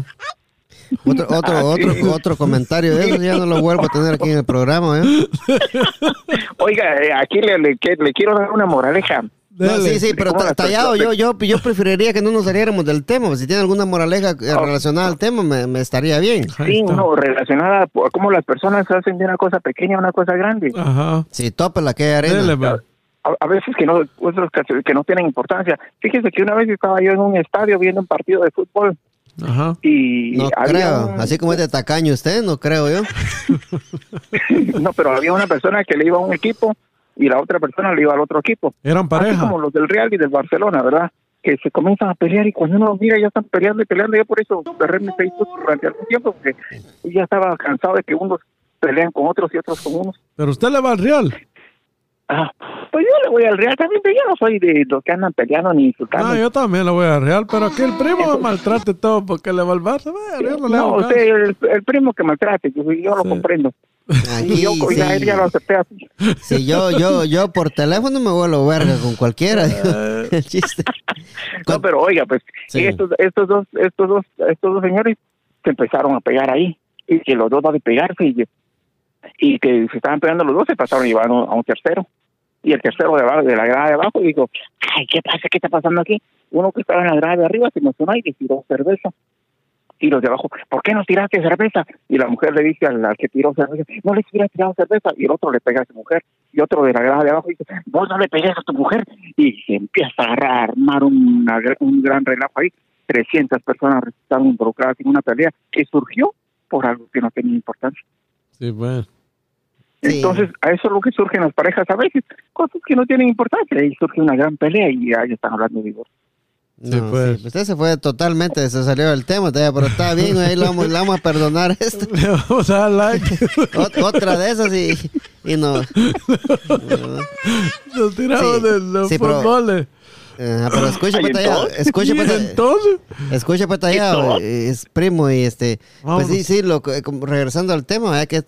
Otro comentario de eso ya no lo vuelvo a tener aquí en el programa, ¿eh? Oiga, aquí le quiero dar una moraleja. No, sí, pero Tallado, yo preferiría que no nos saliéramos del tema. Si tiene alguna moraleja relacionada al tema, me estaría bien. Sí, relacionada a cómo las personas hacen de una cosa pequeña una cosa grande. Ajá. Sí, tópela que hay arena. A veces que no tienen importancia. Fíjese que una vez estaba yo en un estadio viendo un partido de fútbol. Ajá. Y no creo, así como es de tacaño usted, no creo yo. No, pero había una persona que le iba a un equipo y la otra persona le iba al otro equipo. Eran pareja. Así como los del Real y del Barcelona, ¿verdad? Que se comienzan a pelear y cuando uno mira ya están peleando y peleando. Yo por eso cerré mi Facebook durante algún tiempo porque ya estaba cansado de que unos pelean con otros y otros con unos. ¿Pero usted le va al Real? Pues yo le voy al Real también, pero yo no soy de los que andan peleando ni insultando. Yo también le voy al Real, pero aquí el primo me maltrate todo porque le va al Barça. El primo que maltrate, yo lo comprendo. Aquí, yo ya lo acepté así. Sí, yo por teléfono me vuelvo verga con cualquiera. El chiste. No, pero oiga, pues sí. estos dos señores se empezaron a pegar ahí y que los dos van a pegarse y que se estaban pegando los dos, se pasaron y llevaron a un tercero. Y el tercero de la grada de abajo dijo, ay, ¿qué pasa? ¿Qué está pasando aquí? Uno que estaba en la grada de arriba se emocionó y le tiró cerveza. Y los de abajo, ¿por qué nos tiraste cerveza? Y la mujer le dice al que tiró cerveza, no le hubiera tirado cerveza. Y el otro le pega a su mujer. Y otro de la grada de abajo dice, vos no le pegues a tu mujer. Y se empieza a armar un gran relajo ahí. 300 personas resultaron involucradas en una pelea que surgió por algo que no tenía importancia. Sí, bueno. Entonces, a eso es lo que surgen las parejas a veces, cosas que no tienen importancia, y surge una gran pelea y ya están hablando de divorcio. Sí, pues. Usted se fue totalmente, se salió del tema, pero está bien, ahí le vamos a perdonar esto. Le vamos a dar like. Otra de esas y no. Nos tiramos de los fútboles. Pero escucha patallado, es primo y pues sí, regresando al tema, que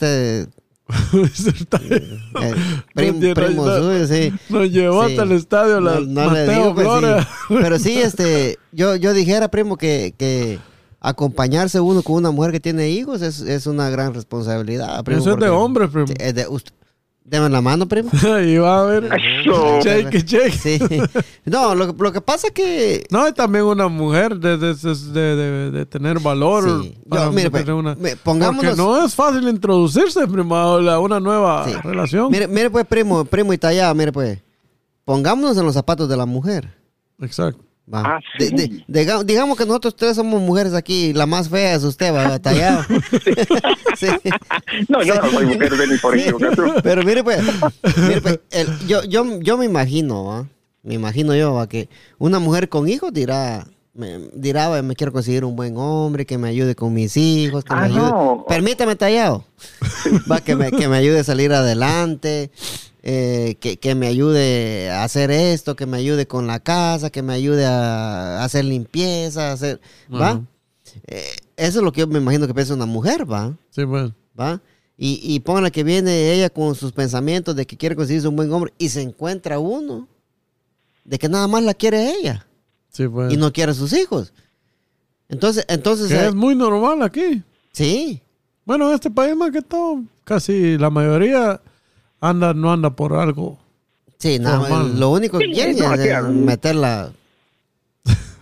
primo suyo, sí. Nos llevó hasta el estadio no le digo, pues, sí. Pero sí, yo dijera, primo, que acompañarse uno con una mujer que tiene hijos es una gran responsabilidad, primo. Eso es de hombre, primo. Deme la mano, primo. Ahí va a ver. Shake. Sí. No, lo que pasa es que... No, es también una mujer de tener valor. Sí. Mire, pues, pongámonos... Porque no es fácil introducirse, primo, a una nueva relación. Mire, pues, primo y Tallado, mire, pues. Pongámonos en los zapatos de la mujer. Exacto. Va. Digamos que nosotros tres somos mujeres aquí, la más fea es usted, va, Tallado. Sí. No, yo no soy mujer de ni por equivocación. Pero mire pues yo me imagino yo que una mujer con hijos dirá, me quiero conseguir un buen hombre que me ayude con mis hijos, que me ayude. No. Permítame, Tallado. Va, que me ayude a salir adelante. Que me ayude a hacer esto, que me ayude con la casa, que me ayude a hacer limpieza, ¿va? Eso es lo que yo me imagino que piensa una mujer, ¿va? Sí, bueno. ¿Va? Y póngale que viene ella con sus pensamientos de que quiere conseguirse un buen hombre y se encuentra uno de que nada más la quiere ella. Sí, bueno. Y no quiere a sus hijos. Entonces es muy normal aquí. Sí. Bueno, en este país más que todo, casi la mayoría... no anda por algo. Sí, nada, lo único que quiere es meterla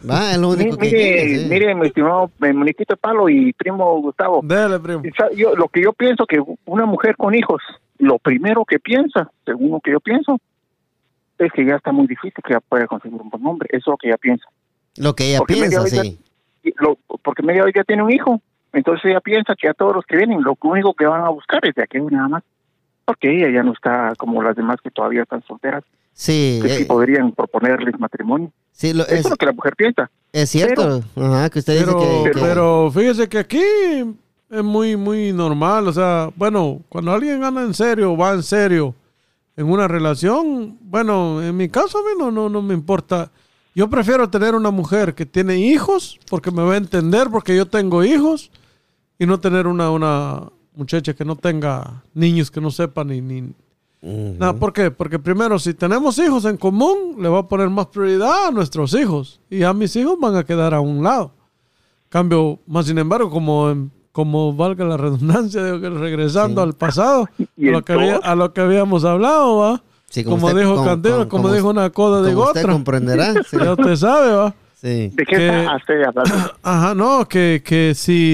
Va, es lo único mire, mi estimado Moniquito Palo y primo Gustavo. Dale, primo. Lo que yo pienso que una mujer con hijos, lo primero que piensa, según lo que yo pienso, es que ya está muy difícil que ella pueda conseguir un buen hombre. Eso es lo que ella piensa. Lo que ella piensa, sí. Porque media vez ya tiene un hijo, entonces ella piensa que a todos los que vienen, lo único que van a buscar es de aquello nada más. Porque ella ya no está como las demás que todavía están solteras. Sí. Que sí podrían proponerles matrimonio. Sí, eso es lo que la mujer piensa. Es cierto. Que usted dice que... Pero fíjese que aquí es muy, muy normal. O sea, bueno, cuando alguien anda en serio, va en serio en una relación, bueno, en mi caso a mí no me importa. Yo prefiero tener una mujer que tiene hijos, porque me va a entender, porque yo tengo hijos, y no tener una muchacha que no tenga niños, que no sepa ni nada. ¿Por qué? Porque primero, si tenemos hijos en común, le va a poner más prioridad a nuestros hijos, y a mis hijos van a quedar a un lado. Cambio, más sin embargo, como valga la redundancia, regresando al pasado, a lo que habíamos hablado, ¿va? Sí, como dijo Cantero, como dijo una coda de otra. Usted comprenderá. Sí. Ya usted sabe, ¿va? Sí. ¿De qué está usted hablando? Ajá, no, que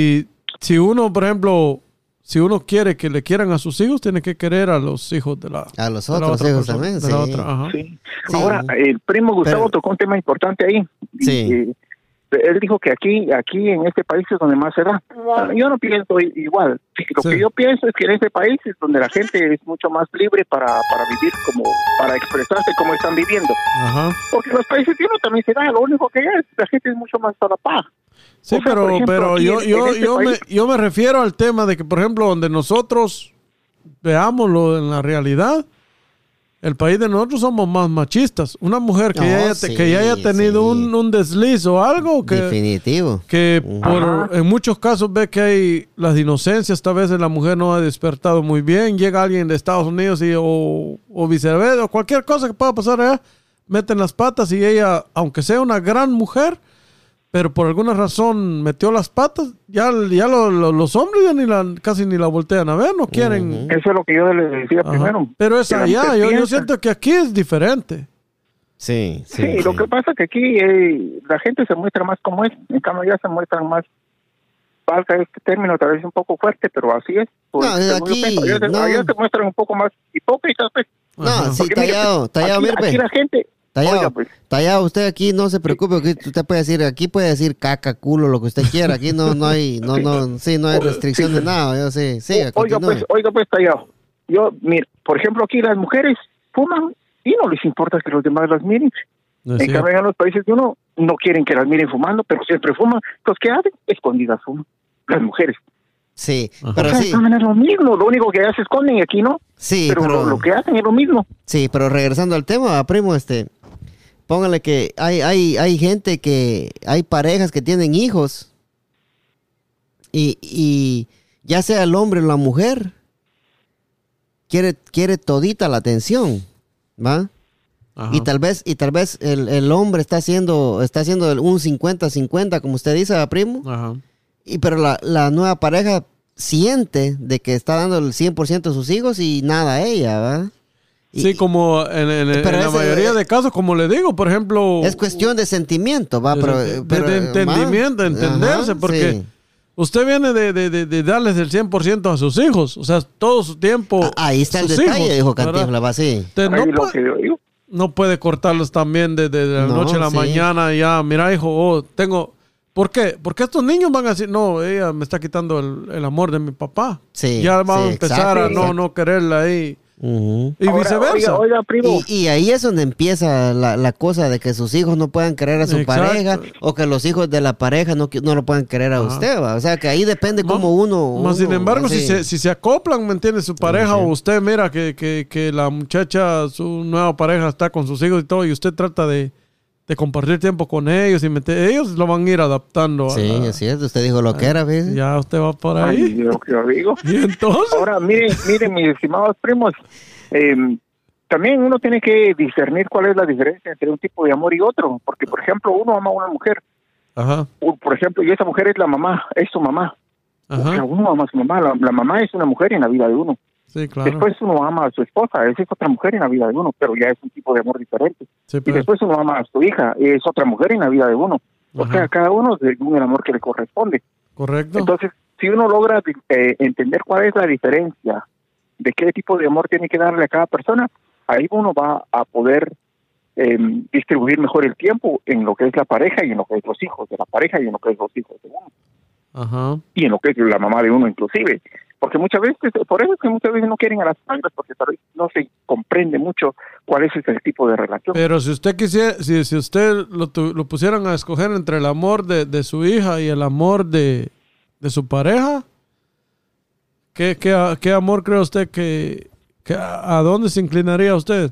si uno, por ejemplo, si uno quiere que le quieran a sus hijos, tiene que querer a los hijos de la a los otros hijos también, sí. Sí. Ahora, el primo Gustavo tocó un tema importante ahí. Sí. Él dijo que aquí en este país es donde más se da. Yo no pienso igual. Lo que yo pienso es que en este país es donde la gente es mucho más libre para vivir, como para expresarse como están viviendo. Ajá. Porque en los países uno también se da. Lo único que es la gente es mucho más solapada. Sí, o sea, pero yo me refiero al tema de que, por ejemplo, donde nosotros veámoslo en la realidad, el país de nosotros somos más machistas. Una mujer que ya haya tenido un desliz o algo que... Definitivo. Que en muchos casos ve que hay las inocencias, tal vez la mujer no ha despertado muy bien, llega alguien de Estados Unidos o viceversa, o cualquier cosa que pueda pasar allá, meten las patas y ella, aunque sea una gran mujer, pero por alguna razón metió las patas, ya los hombres ya casi ni la voltean a ver, no quieren. Eso es lo que yo les decía primero. Pero es allá, yo siento que aquí es diferente. Sí. Lo que pasa es que aquí la gente se muestra más como es, en cambio ya se muestran más, valga este término, tal vez un poco fuerte, pero así es. Allá se muestran un poco más hipócritas, pues. No, sí, tallado, aquí la gente... Tallado, usted aquí no se preocupe, usted puede decir caca, culo, lo que usted quiera, aquí no hay restricción de nada, Oiga pues, Tallado, mira, por ejemplo, aquí las mujeres fuman y no les importa que los demás las miren. En cambio, en los países de uno no quieren que las miren fumando, pero siempre fuman. Entonces, ¿qué hacen? Escondidas fuman, las mujeres. Sí, pero es lo mismo, lo único que ellas se esconden y aquí no. Sí, pero lo que hacen es lo mismo. Sí, pero regresando al tema, primo, póngale que hay gente hay parejas que tienen hijos y ya sea el hombre o la mujer quiere todita la atención, ¿va? Ajá. Y tal vez el hombre está haciendo un 50-50, como usted dice, primo. Ajá. Pero la nueva pareja siente de que está dando el 100% a sus hijos y nada a ella, ¿va? Sí, como en la mayoría de casos, como le digo, por ejemplo... Es cuestión de sentimiento, va, de entendimiento, de entenderse, porque usted viene de darles el 100% a sus hijos, o sea, todo su tiempo... Ahí está el detalle, dijo Cantinflas, va así. No puede cortarlos también de la noche a la mañana, ya, mira, hijo, tengo... ¿Por qué? Porque estos niños van a decir, no, ella me está quitando el amor de mi papá. Sí, ya van a empezar a no quererla ahí. Uh-huh. Y viceversa. Oiga, primo. Y ahí es donde empieza la cosa de que sus hijos no puedan querer a su pareja o que los hijos de la pareja no lo puedan querer a usted, ¿va? O sea, que ahí depende cómo uno... sin embargo, si se acoplan, ¿me entiende? Su pareja o usted mira que la muchacha, su nueva pareja está con sus hijos y todo, y usted trata de compartir tiempo con ellos y ellos lo van a ir adaptando. Sí, es cierto, usted dijo lo que era, ¿ves? Ya usted va por ahí. Lo que yo digo. Y entonces... Ahora, miren, mis estimados primos, también uno tiene que discernir cuál es la diferencia entre un tipo de amor y otro, porque, por ejemplo, uno ama a una mujer, ajá, por ejemplo, y esa mujer es la mamá, es su mamá. Ajá. O sea, uno ama a su mamá, la mamá es una mujer en la vida de uno. Sí, claro. Después uno ama a su esposa, esa es otra mujer en la vida de uno, pero ya es un tipo de amor diferente. Sí, y después uno ama a su hija, es otra mujer en la vida de uno. O sea, cada uno según el amor que le corresponde. Correcto. Entonces, si uno logra entender cuál es la diferencia de qué tipo de amor tiene que darle a cada persona, ahí uno va a poder distribuir mejor el tiempo en lo que es la pareja y en lo que es los hijos de la pareja y en lo que es los hijos de uno. Ajá. Y en lo que es la mamá de uno inclusive. Porque muchas veces, por eso es que muchas veces no quieren a las suegras, porque tal vez no se comprende mucho cuál es ese tipo de relación. Pero si usted quisiera, si usted lo pusieran a escoger entre el amor de su hija y el amor de su pareja, ¿qué amor cree usted que a dónde se inclinaría usted?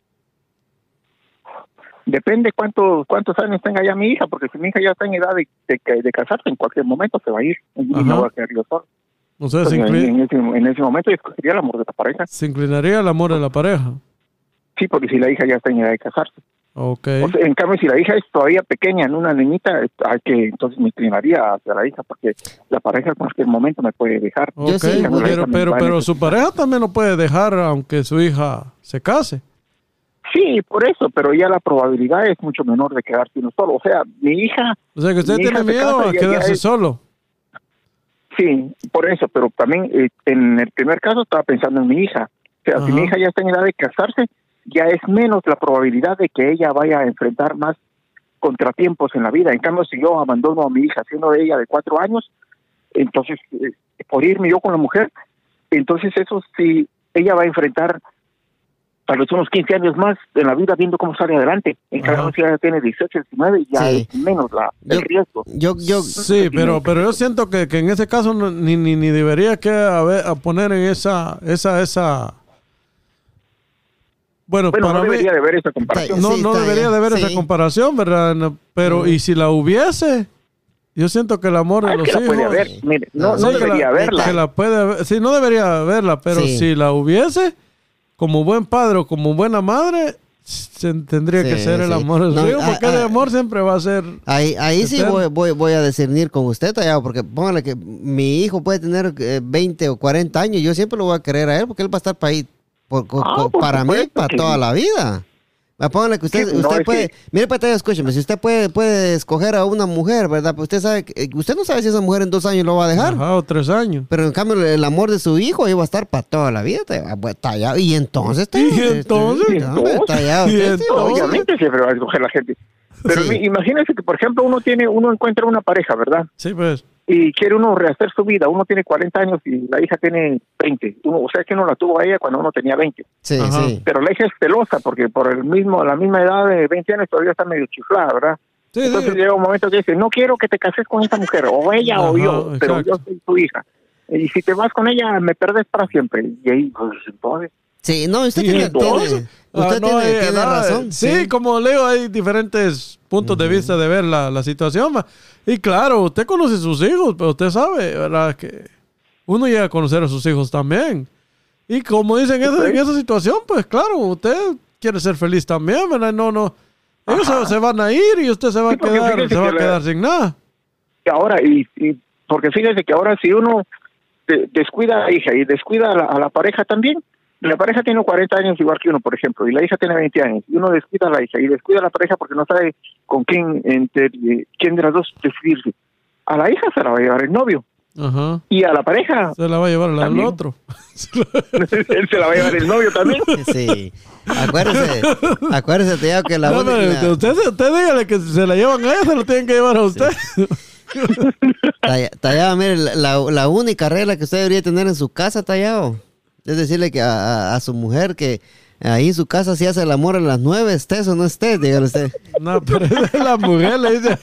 Depende cuántos años tenga ya mi hija, porque si mi hija ya está en edad de casarse, en cualquier momento se va a ir y no va a quedar yo solo. O sea, en ese momento yo escogería el amor de la pareja. ¿Se inclinaría el amor de la pareja? Sí, porque si la hija ya está en edad de casarse. Okay. O sea, en cambio, si la hija es todavía pequeña, en una niñita, entonces me inclinaría hacia la hija, porque la pareja en cualquier momento me puede dejar. Okay. Sí, pero su pareja también lo puede dejar aunque su hija se case. Sí, por eso, pero ya la probabilidad es mucho menor de quedarse uno solo. O sea, mi hija... O sea, que usted tiene miedo a quedarse solo. Sí, por eso, pero también en el primer caso estaba pensando en mi hija. O sea, si mi hija ya está en edad de casarse, ya es menos la probabilidad de que ella vaya a enfrentar más contratiempos en la vida. En cambio, si yo abandono a mi hija siendo ella de 4 años, entonces, por irme yo con la mujer, entonces eso sí, ella va a enfrentar tal vez unos 15 años más en la vida viendo cómo sale adelante. En cambio, si ella tiene 18, 19, ya es menos el riesgo. Sí, pero yo siento que en ese caso ni debería que a poner en esa Bueno, para no debería de haber esa comparación. No debería de haber esa comparación, ¿verdad? Pero, y si la hubiese, yo siento que el amor de los hijos... Puede haber. Mire, no debería haberla. Que la puede haber, sí, no debería haberla, pero si la hubiese, como buen padre o como buena madre, tendría que ser el amor de los hijos, porque el amor siempre va a ser... Ahí sí voy a discernir con usted, Tallado, porque póngale que mi hijo puede tener 20 o 40 años, yo siempre lo voy a querer a él, porque él va a estar para ahí. Para mí, para toda la vida. Póngale que usted puede... Mire, Patayo, escúcheme. Si usted puede escoger a una mujer, ¿verdad? Pues usted no sabe si esa mujer en 2 años lo va a dejar. O 3 años. Pero en cambio, el amor de su hijo ahí va a estar para toda la vida. Tallado. Y entonces... Obviamente siempre va a escoger la gente. Pero imagínese que, por ejemplo, uno encuentra una pareja, ¿verdad? Sí, pues. Y quiere uno rehacer su vida. Uno tiene 40 años y la hija tiene 20. O sea que uno la tuvo a ella cuando uno tenía 20. Sí, sí. Pero la hija es celosa porque por la misma edad de 20 años todavía está medio chiflada, ¿verdad? Sí, entonces llega un momento que dice, no quiero que te cases con esa mujer, o ella o yo, pero yo soy tu hija. Y si te vas con ella, me perdes para siempre. Y ahí, pues, entonces... Sí, no, usted tiene razón. Sí, como leo, hay diferentes puntos de vista de ver la situación. Y claro, usted conoce a sus hijos, pero usted sabe, ¿verdad? Que uno llega a conocer a sus hijos también. Y como dicen en esa situación, pues claro, usted quiere ser feliz también, ¿verdad? No. Ellos se van a ir y usted se va a quedar sin nada. Ahora, y porque fíjese que ahora si uno descuida a la hija y descuida a la pareja también, la pareja tiene 40 años igual que uno, por ejemplo, y la hija tiene 20 años, y uno descuida a la hija y descuida a la pareja porque no sabe con quién de las dos decidirse. A la hija se la va a llevar el novio. Ajá. Y a la pareja se la va a llevar al otro. Él se la va a llevar el novio también. Sí. Acuérdese, Tallado, que usted dígale que se la llevan a ella, se lo tienen que llevar a usted. Tallado, mire, la única regla que usted debería tener en su casa, Tallado, es decirle que a su mujer que ahí en su casa si hace el amor a las 9, estés o no estés, dígale usted. No, pero es la mujer, le dice.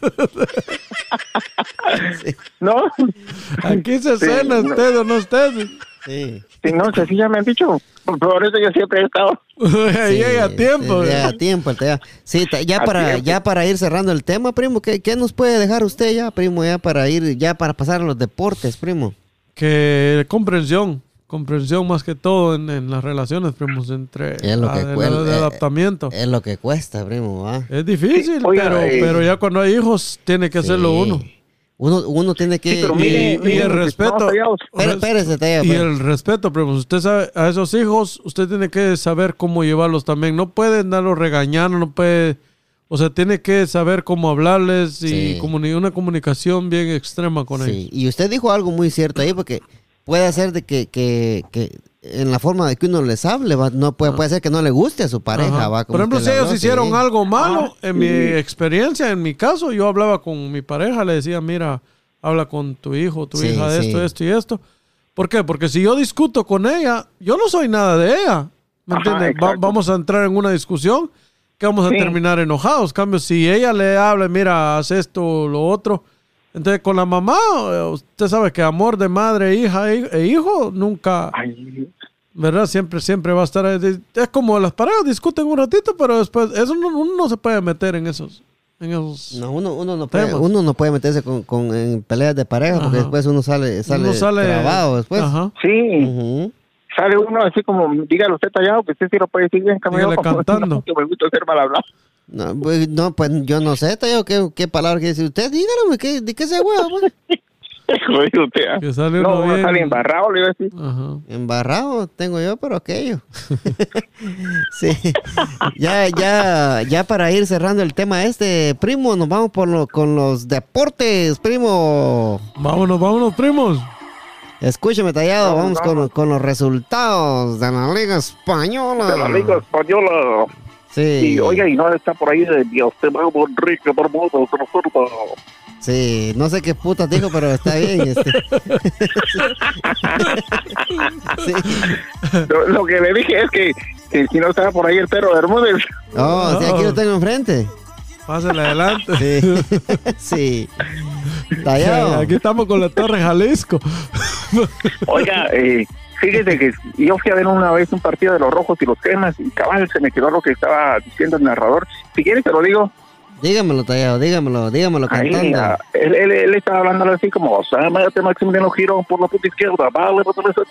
Sí. ¿No? Aquí se cena, estés o no estés. Sí. Sí, no, sí, ya me han dicho. Por eso yo siempre he estado. Llega a tiempo. Llega a tiempo. Sí, ya para ir cerrando el tema, primo, ¿qué nos puede dejar usted ya, primo, ya para pasar a los deportes, primo? Que comprensión más que todo en las relaciones, primo, entre el adaptamiento. Es lo que cuesta, primo, ¿va? Es difícil, sí, pero ya cuando hay hijos tiene que hacerlo uno. Uno tiene que... Sí, y el respeto... Espérese, Tallado. Y el respeto, primo. Usted sabe, a esos hijos, usted tiene que saber cómo llevarlos también. No puede andarlos regañando, no puede O sea, tiene que saber cómo hablarles y una comunicación bien extrema con ellos. Y usted dijo algo muy cierto ahí, porque puede ser de que en la forma de que uno les hable, puede ser que no le guste a su pareja. Por ejemplo, si ellos hicieron algo malo, en mi experiencia, en mi caso, yo hablaba con mi pareja, le decía, mira, habla con tu hijo, tu hija de esto y esto. ¿Por qué? Porque si yo discuto con ella, yo no soy nada de ella. ¿Me entiendes? Vamos a entrar en una discusión que vamos a terminar enojados. En cambio, si ella le habla, mira, haz esto, lo otro. Entonces, con la mamá, usted sabe que amor de madre, hija e hijo nunca, ¿verdad? Siempre va a estar. Es como las parejas discuten un ratito, pero después uno no se puede meter en esos. No, uno no puede meterse en peleas de pareja, porque después uno sale trabado después. Sí. Sale uno así como, dígalo usted tallado, que usted sí lo puede decir bien caminando. Cantando. Que me gusta hacer mal hablar. Pues yo no sé, tallado, qué palabra quiere decir usted. Dígalo, ¿de qué se hueva, pues? Que sale sale embarrado, le iba a decir. Embarrado tengo yo, pero aquello. Sí. Ya para ir cerrando el tema primo, nos vamos con los deportes, primo. Vámonos, primos. Escúcheme, tallado, vamos con los resultados de la Liga Española. Sí. Y oiga, y no está por ahí de Esteban Enrique Bermúdez, Sí, no sé qué putas dijo, pero está bien. Sí. Lo que le dije es que si no estaba por ahí el perro Bermúdez. Sí, aquí lo tengo enfrente. Pásale adelante. Sí. Tallado. Aquí estamos con la Torre Jalisco. Oiga, fíjese que yo fui a ver una vez un partido de los Rojos y los Cremas y cabal se me quedó lo que estaba diciendo el narrador. Si quieres te lo digo. Dígamelo, tallado, dígamelo cantando. Ahí, él estaba hablando así como, o sea, mete Maximiliano Girón por la punta izquierda, vale,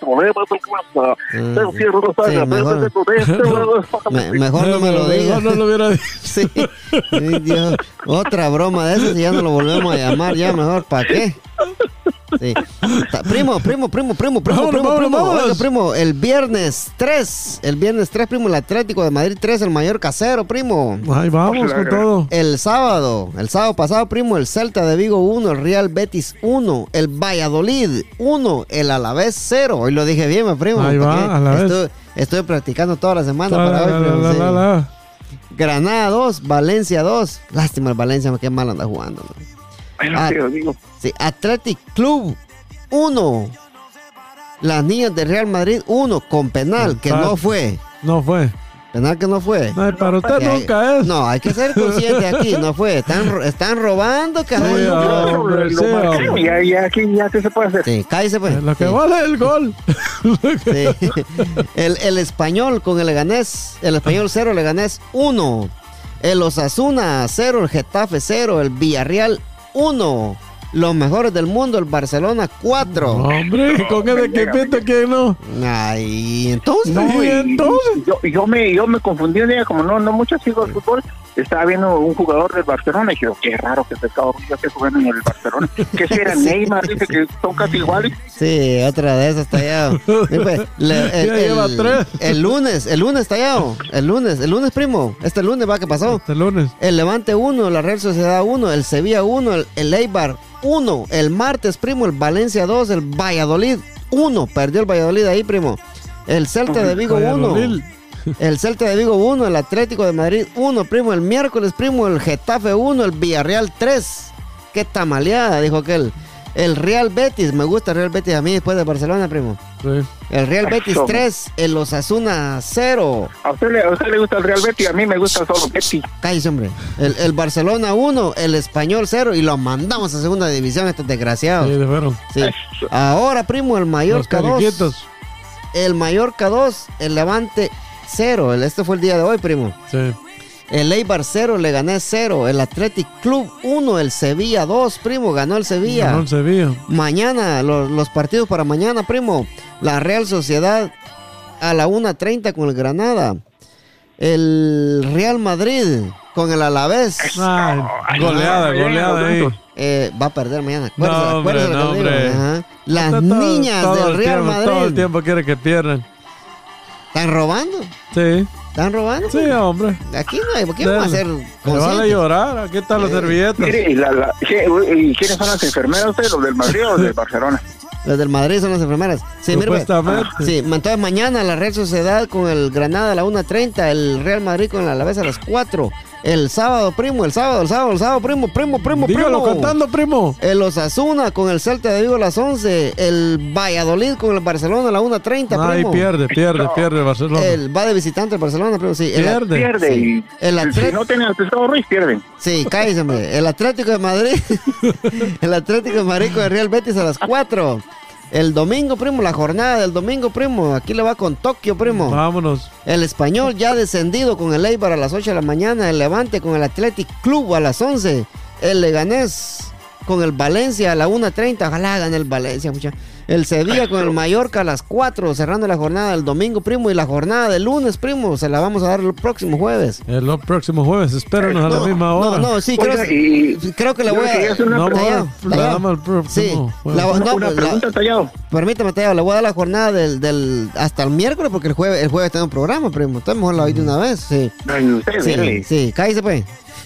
mejor no me lo diga. Mejor no lo hubiera dicho. Sí. Dios. Otra broma de esas y ya no lo volvemos a llamar, ya mejor, ¿para qué? Sí. Primo. Oiga, primo, el viernes 3, primo, el Atlético de Madrid 3, el Mallorca 0, primo. Ahí vamos con todo. El sábado pasado, primo, el Celta de Vigo 1, el Real Betis 1, el Valladolid 1, el Alavés 0. Hoy lo dije bien, mi primo. Ahí va, Alavés. Estoy practicando toda la semana para hoy, primo. Granada 2, Valencia 2. Lástima el Valencia, qué mal anda jugando, man. Sí, Athletic Club 1, las niñas de Real Madrid 1, con penal que no fue. Penal que no fue. No, para usted nunca es. No, hay que ser consciente aquí, no fue. Están robando, cabrón. Ya aquí se puede hacer. Sí, cállese pues. Lo que vale el gol. Sí. El Español con el Leganés, el Español 0, Leganés 1. El Osasuna 0, el Getafe 0, el Villarreal 1. Los mejores del mundo, el Barcelona 4. Hombre, con ese equipito que no. Ay, entonces. Yo me confundí un día, como no mucho sigo el fútbol. Estaba viendo un jugador del Barcelona y dije, qué raro que Pescado Ríos esté jugando en el Barcelona. ¿Qué será? Sí. Neymar dice que son casi iguales. Sí, otra de esas tallado. El lunes tallado. El lunes, primo. Este lunes ¿qué pasó? Este lunes. El Levante 1, la Real Sociedad 1, el Sevilla 1, el Eibar 1. El martes, primo, el Valencia 2, el Valladolid 1. Perdió el Valladolid ahí, primo. El Celta de Vigo 1. El Celta de Vigo 1, el Atlético de Madrid 1, primo. El miércoles, primo, el Getafe 1, el Villarreal 3. Qué tamaleada, dijo aquel. El Real Betis, me gusta el Real Betis a mí después de Barcelona, primo. Sí. El Real Betis 3, el Osasuna 0. ¿A usted le gusta el Real Betis? A mí me gusta solo Betis. Cállese, hombre. El Barcelona 1, el Español 0 y lo mandamos a segunda división, estos desgraciados. Sí, de veras. Sí. Ahora, primo, el Mallorca 2. El Mallorca 2, el Levante 0. Este fue el día de hoy, primo. Sí. El Eibar 0, le gané 0. El Athletic Club 1, el Sevilla 2, primo. Ganó el Sevilla. Mañana, los partidos para mañana, primo. La Real Sociedad a la 1:30 con el Granada. El Real Madrid con el Alavés. Goleada ahí. Va a perder mañana. Hombre. Las niñas del Real Madrid. Todo el tiempo quiere que pierdan. ¿Están robando? Sí. ¿Están robando? Sí, hombre. Aquí no hay, ¿por qué vamos a hacer me vale llorar, aquí están las servilletas. Mire, ¿y quiénes son las enfermeras ustedes? ¿Los del Madrid o del Barcelona? Los del Madrid son las enfermeras. Sí, mire, sí, entonces mañana la Real Sociedad con el Granada a la 1:30, el Real Madrid con el Alavés a las 4. El sábado, primo, el sábado, primo. Dígalo cantando, primo. El Osasuna con el Celta de Vigo a las 11. El Valladolid con el Barcelona a la 1:30, primo. Ay, pierde el Barcelona. Va de visitante el Barcelona, primo, sí. Pierde. Sí. Si no tienen al Pescado Ruiz, pierden. Sí, cállese, hombre. El Atlético de Madrid. El Atlético de Madrid con el Real Betis a las 4. El domingo, primo, la jornada del domingo, primo. Aquí le va con Tokio, primo. Vámonos. El Español ya descendido con el Eibar a las 8 de la mañana. El Levante con el Athletic Club a las 11. El Leganés con el Valencia a la 1:30. Ojalá gane el Valencia, mucha. El Sevilla con el Mallorca a las 4, cerrando la jornada del domingo, primo. Y la jornada del lunes, primo, se la vamos a dar el próximo jueves. El próximo jueves, espéranos a la misma hora. Sí, creo que le voy a... Programa el próximo. Sí, una pregunta, Tallado. Permítame, Tallado, le voy a dar la jornada del hasta el miércoles, porque el jueves tengo un programa, primo. Entonces mejor la oí de una vez, sí. Sí, cállese, pues.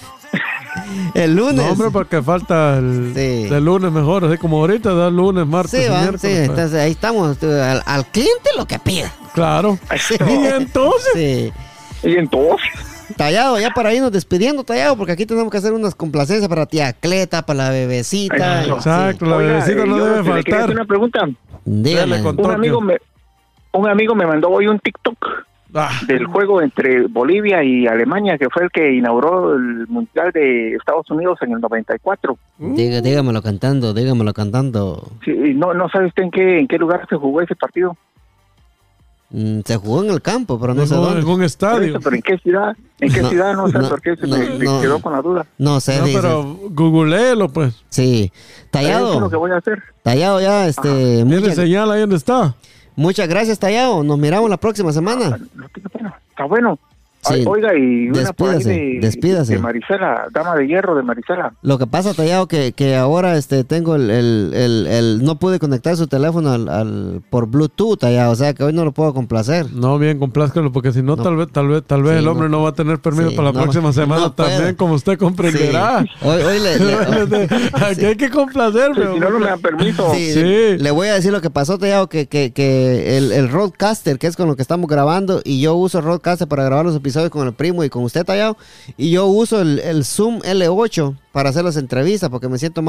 El lunes. No, hombre, porque falta el lunes mejor, así como ahorita, da lunes, martes y miércoles. Sí, entonces ahí estamos, al cliente lo que pida. Claro. Sí. Y entonces. Sí. Y entonces. Tallado, ya para irnos despidiendo, Tallado, porque aquí tenemos que hacer unas complacencias para tía Cleta, para la bebecita. Exacto, la bebecita no debe faltar. ¿Quieres hacer una pregunta? Dígame. Un amigo me mandó hoy un TikTok del juego entre Bolivia y Alemania, que fue el que inauguró el Mundial de Estados Unidos en el 94. Dígamelo cantando. Sí, no sabe usted en qué lugar se jugó ese partido. Se jugó en el campo, pero no sé dónde. En un estadio. ¿Pero en qué ciudad? No sé por qué se me quedó con la duda. No sé, no, pero googleelo, pues. Sí. Tallado. Eso es lo que voy a hacer. Tallado ya, ¿Tiene señal ahí donde está? Muchas gracias, Tallado. Nos miramos la próxima semana. Está bueno. Sí. Oiga, y despídase. De Marisela, dama de hierro de Marisela. Lo que pasa, Tallado, que ahora tengo no pude conectar su teléfono por Bluetooth, Tallado, o sea que hoy no lo puedo complacer. No, bien, complázcalo, porque si no, tal vez el hombre no va a tener permiso para la próxima semana también, como usted comprenderá. Sí. Hoy aquí hay que complacerme. Si no me dan permiso. Sí. Le voy a decir lo que pasó, Tallado, que el Rodecaster, que es con lo que estamos grabando, y yo uso el Rodecaster para grabar los episodios con el primo y con usted, Tallado, y yo uso el Zoom L8 para hacer las entrevistas porque me siento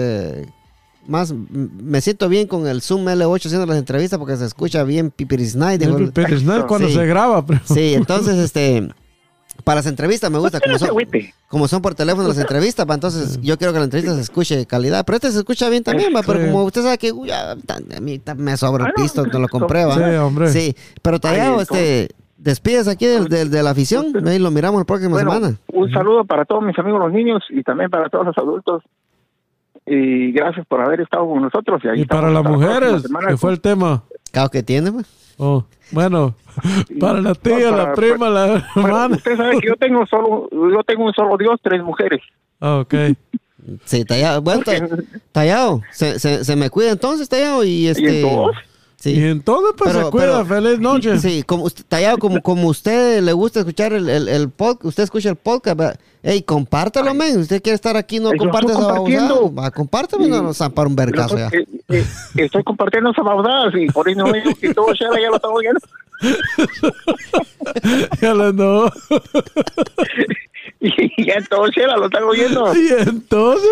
me siento bien con el Zoom L8 haciendo las entrevistas porque se escucha bien pipirisnay cuando se graba, pero... Sí, entonces para las entrevistas me gusta como son por teléfono las entrevistas, entonces yo quiero que la entrevista se escuche de calidad, pero se escucha bien también, pero como usted sabe que a mí me sobra el pisto, no lo compré, ¿va? Sí, hombre. Sí, pero Tallado, despides aquí de la afición, ahí lo miramos la próxima semana. Un saludo para todos mis amigos los niños y también para todos los adultos. Y gracias por haber estado con nosotros. Y para las mujeres, que fue el tema. Claro que tiene, pues. Oh, bueno, para la tía, la prima, la hermana. Usted sabe que yo tengo un solo Dios, 3 mujeres. Ah, ok. Sí, Tallado. Bueno, Tallado, se me cuida entonces, Tallado, ¿Y entonces? Sí. Y entonces pues se cuida, feliz noche. Sí, Tallado, como usted le gusta escuchar el podcast, usted escucha el podcast, ey, compártelo, men. Usted quiere estar aquí, no comparte esa babosada. Compártelo, no nos para un vergazo ya. Estoy compartiendo esa babosada y por eso no veo que todo ya lo está oyendo. Ya lo no. Y entonces lo están oyendo. Y entonces.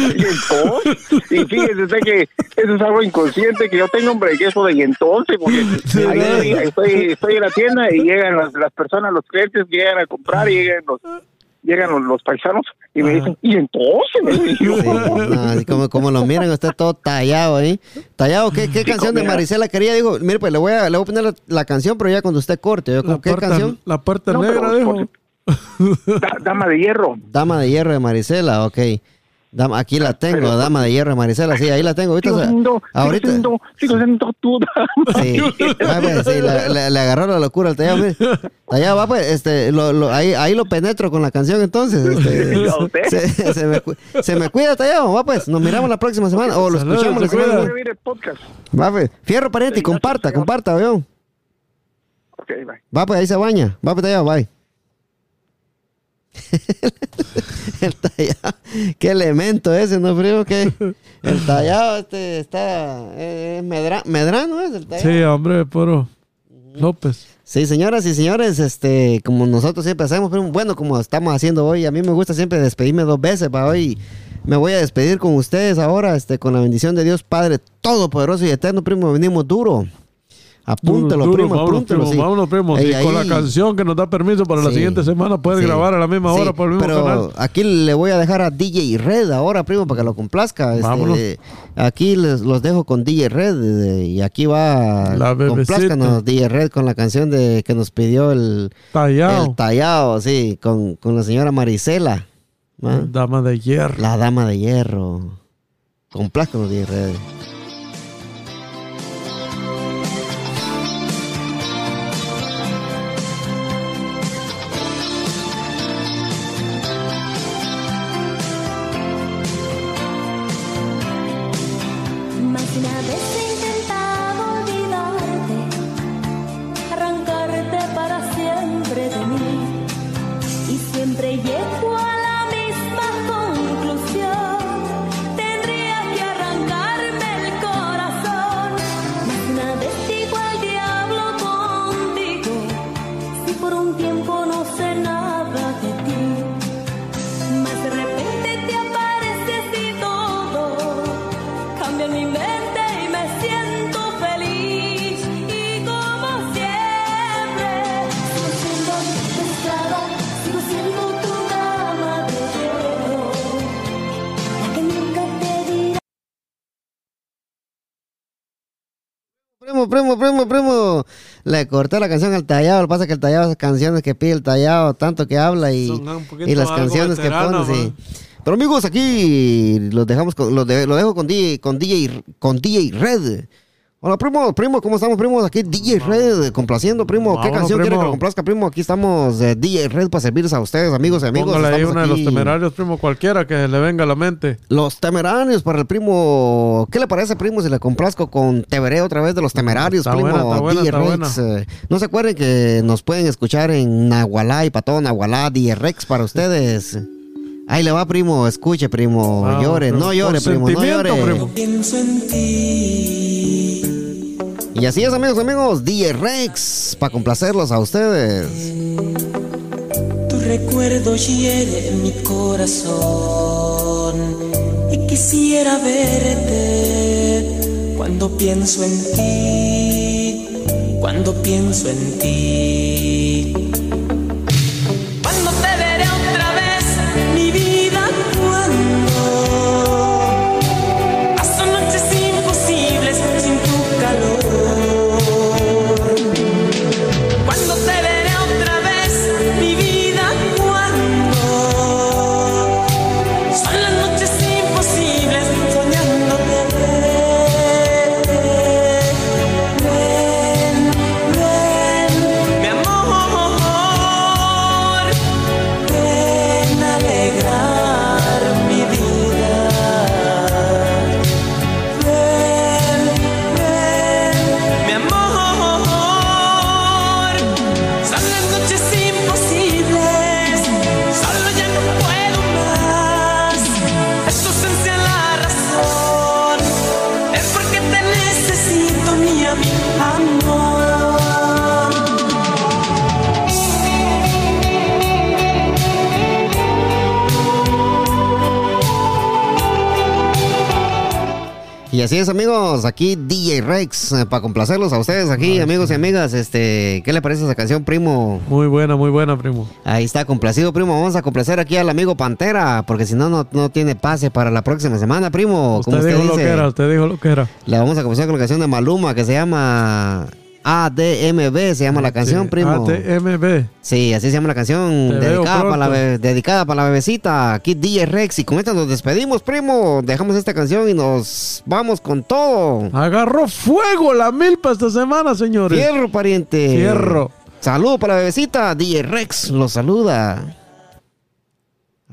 Y fíjese usted que eso es algo inconsciente que yo tengo, hombre, que eso de y entonces, porque estoy en la tienda y llegan las personas, los clientes que llegan a comprar y llegan los paisanos y me dicen, ¿y entonces? Sí, como lo miran, usted todo tallado ahí. Tallado, ¿qué canción de Marisela quería? Digo, mire, pues le voy a poner la canción, pero ya cuando usted corte. ¿Qué canción? La puerta negra, dijo. Dama de hierro. Dama de hierro de Marisela, ok. Aquí la tengo, Dama de hierro de Marisela, sí, ahí la tengo. Ahorita. Sigo siendo tú, dama. Sí, le agarró la locura al Tallado. Tallado, va pues, ahí lo penetro con la canción entonces. Se me cuida, Tallado, va pues, nos miramos la próxima semana, o lo escuchamos la semana. podcast. Va pues, fierro pariente y comparta, weón. Ok, bye. Va, pues ahí se baña. Va, pues allá, bye. El tallado. Qué elemento ese, ¿no, primo? ¿Qué? El tallado está... Medrano es el tallado. Sí, hombre, puro López. Sí, señoras y señores, como nosotros siempre hacemos, primo, bueno, como estamos haciendo hoy, a mí me gusta siempre despedirme 2 veces, para hoy me voy a despedir con ustedes ahora, con la bendición de Dios Padre Todopoderoso y Eterno, primo, venimos duro. Apúntalo, duro, primo, apúntalo. Vámonos, primo. Y con la canción que nos da permiso para la siguiente semana, puedes grabar a la misma hora por el mismo canal. Aquí le voy a dejar a DJ Red ahora, primo, para que lo complazca. Aquí los dejo con DJ Red y aquí va. Complázcanos, DJ Red, con la canción que nos pidió el Tallado, sí, con la señora Marisela. Dama de Hierro. La Dama de Hierro. Complázcanos, DJ Red. Llego a la misma conclusión, tendría que arrancarme el corazón. Más una vez digo al diablo contigo, si por un tiempo no sé nada de ti. Más de repente te apareces y todo cambia en mi mente y me siento feliz. Y como siempre, sigo siendo tu esclava, sigo siendo tu dama de hierro, la que nunca te dirá. Primo. Le corté la canción al Tallado. Lo que pasa es que el Tallado, esas canciones que pide el Tallado, tanto que habla y las canciones veterano, que pone, sí. Pero amigos, aquí los dejamos lo dejo con DJ Red. Hola, primo, ¿cómo estamos, primo? Aquí DJ Red, complaciendo, primo. ¿Qué canción quiere que lo complazca, primo? Aquí estamos, DJ Red, para servirles a ustedes, amigos y amigos. Póngale ahí una de Los Temerarios, primo, cualquiera que le venga a la mente. Los Temerarios para el primo. ¿Qué le parece, primo, si le complazco con Teveré otra vez de Los Temerarios, primo? Está DJ Rex. No se acuerden que nos pueden escuchar en Nahualá y para todo Nahualá, DJ Rex para ustedes. Ahí le va, primo, escuche, primo. Llore, no llore, primo, no llore. Primo. Pienso en ti. Y así es, amigos, DJ Rex, para complacerlos a ustedes. Tu recuerdo hiere mi corazón y quisiera verte cuando pienso en ti, cuando pienso en ti. Cuando te veré otra vez, mi vida, cuando paso noches imposibles sin tu calor. Cuando te veré otra vez, mi vida, cuando son las noches imposibles soñándote. Ven, mi amor, ven a alegrar mi vida. Ven, mi amor, son las noches imposibles, solo ya no puedo más. Es tu ausencia la razón, es porque te necesito, mi amor. Y así es, amigos, aquí DJ Rex, para complacerlos a ustedes aquí, amigos y amigas. ¿Qué le parece esa canción, primo? Muy buena, primo. Ahí está, complacido, primo. Vamos a complacer aquí al amigo Pantera, porque si no, no tiene pase para la próxima semana, primo. Usted dijo lo que era. Le vamos a complacer con la canción de Maluma, que se llama ADMB, se llama la canción, primo. ADMB. Sí, así se llama la canción, dedicada para la bebecita. Aquí DJ Rex, y con esta nos despedimos, primo. Dejamos esta canción y nos vamos con todo. Agarró fuego la milpa esta semana, señores. Fierro, pariente. Fierro. Saludo para la bebecita. DJ Rex los saluda.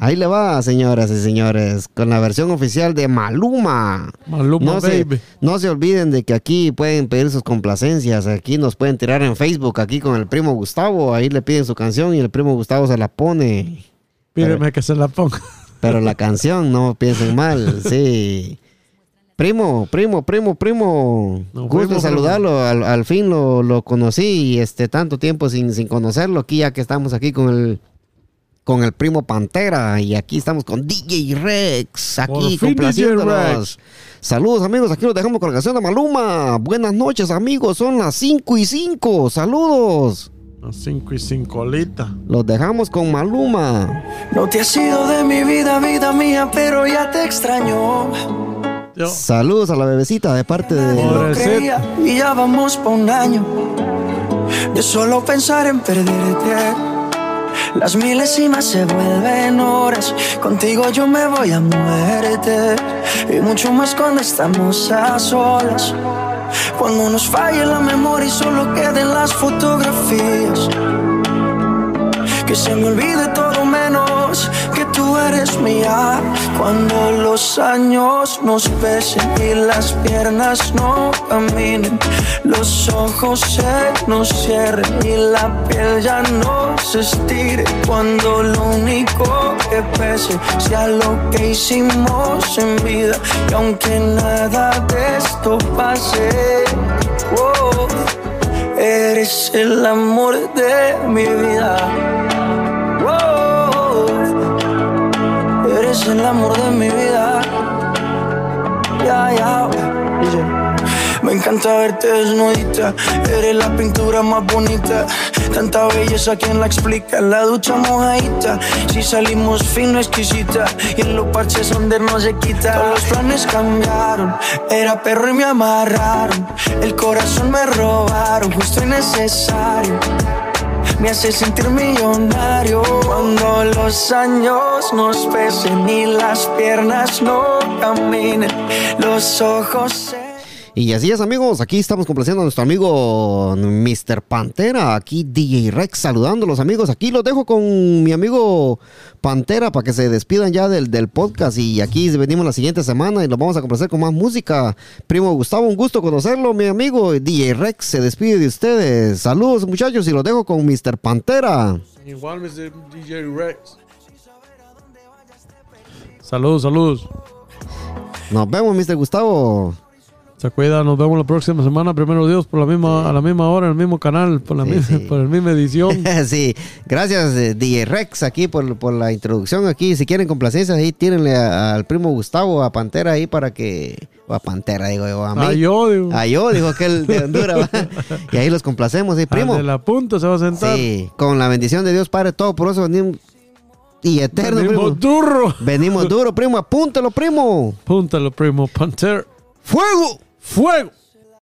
Ahí le va, señoras y señores, con la versión oficial de Maluma. Maluma, baby. No se olviden de que aquí pueden pedir sus complacencias. Aquí nos pueden tirar en Facebook, aquí con el primo Gustavo. Ahí le piden su canción y el primo Gustavo se la pone. Pídeme que se la ponga. Pero la canción, no piensen mal, sí. Primo. No, gusto saludarlo. Al fin lo conocí y tanto tiempo sin conocerlo. Aquí ya que estamos aquí con el primo Pantera y aquí estamos con DJ Rex, aquí complaciéndonos. Saludos amigos, aquí nos dejamos con la canción de Maluma. Buenas noches amigos, son las 5:05. Saludos. Las 5:05, Lita. Los dejamos con Maluma. No te has ido de mi vida, vida mía, pero ya te extraño. Yo. Saludos a la bebecita de parte de... No creía y ya vamos pa' un año de solo pensar en perderte. Las milésimas se vuelven horas. Contigo yo me voy a muerte. Y mucho más cuando estamos a solas. Cuando nos falle la memoria y solo queden las fotografías. Que se me olvide todo menos que tú eres mía. Cuando los años nos pesen y las piernas no caminen, los ojos se nos cierren y la piel ya no se estire. Cuando lo único que pese sea lo que hicimos en vida. Y aunque nada de esto pase, oh, eres el amor de mi vida. Eres el amor de mi vida. Me encanta verte desnudita. Eres la pintura más bonita. Tanta belleza, ¿quién la explica? En la ducha mojadita. Si salimos fino, exquisita. Y en los parches donde no se quita. Todos los planes cambiaron. Era perro y me amarraron. El corazón me robaron. Justo y necesario. Me hace sentir millonario. Cuando los años nos pesen y las piernas no caminen, los ojos se... Y así es amigos, aquí estamos complaciendo a nuestro amigo Mr. Pantera. Aquí DJ Rex saludándolos amigos. Aquí los dejo con mi amigo Pantera para que se despidan ya del podcast. Y aquí venimos la siguiente semana y los vamos a complacer con más música. Primo Gustavo, un gusto conocerlo, mi amigo. DJ Rex se despide de ustedes. Saludos muchachos y los dejo con Mr. Pantera. Igual Mr. DJ Rex. Saludos. Nos vemos Mr. Gustavo. Se cuida, nos vemos la próxima semana, primero Dios, a la misma hora, en el mismo canal, por la misma edición. Sí, gracias DJ Rex aquí por la introducción aquí. Si quieren complacencias ahí, tírenle al primo Gustavo, a Pantera ahí para que... O a Pantera, digo yo, a mí. A yo, dijo aquel de Honduras. Y ahí los complacemos, ¿sí, primo? De la punta se va a sentar. Sí, con la bendición de Dios Padre todo, por eso venimos... Y eterno, venimos duro. Venimos duro, primo, apúntalo, primo. Apúntalo, primo, Pantera. ¡Fuego! ¡Fuego!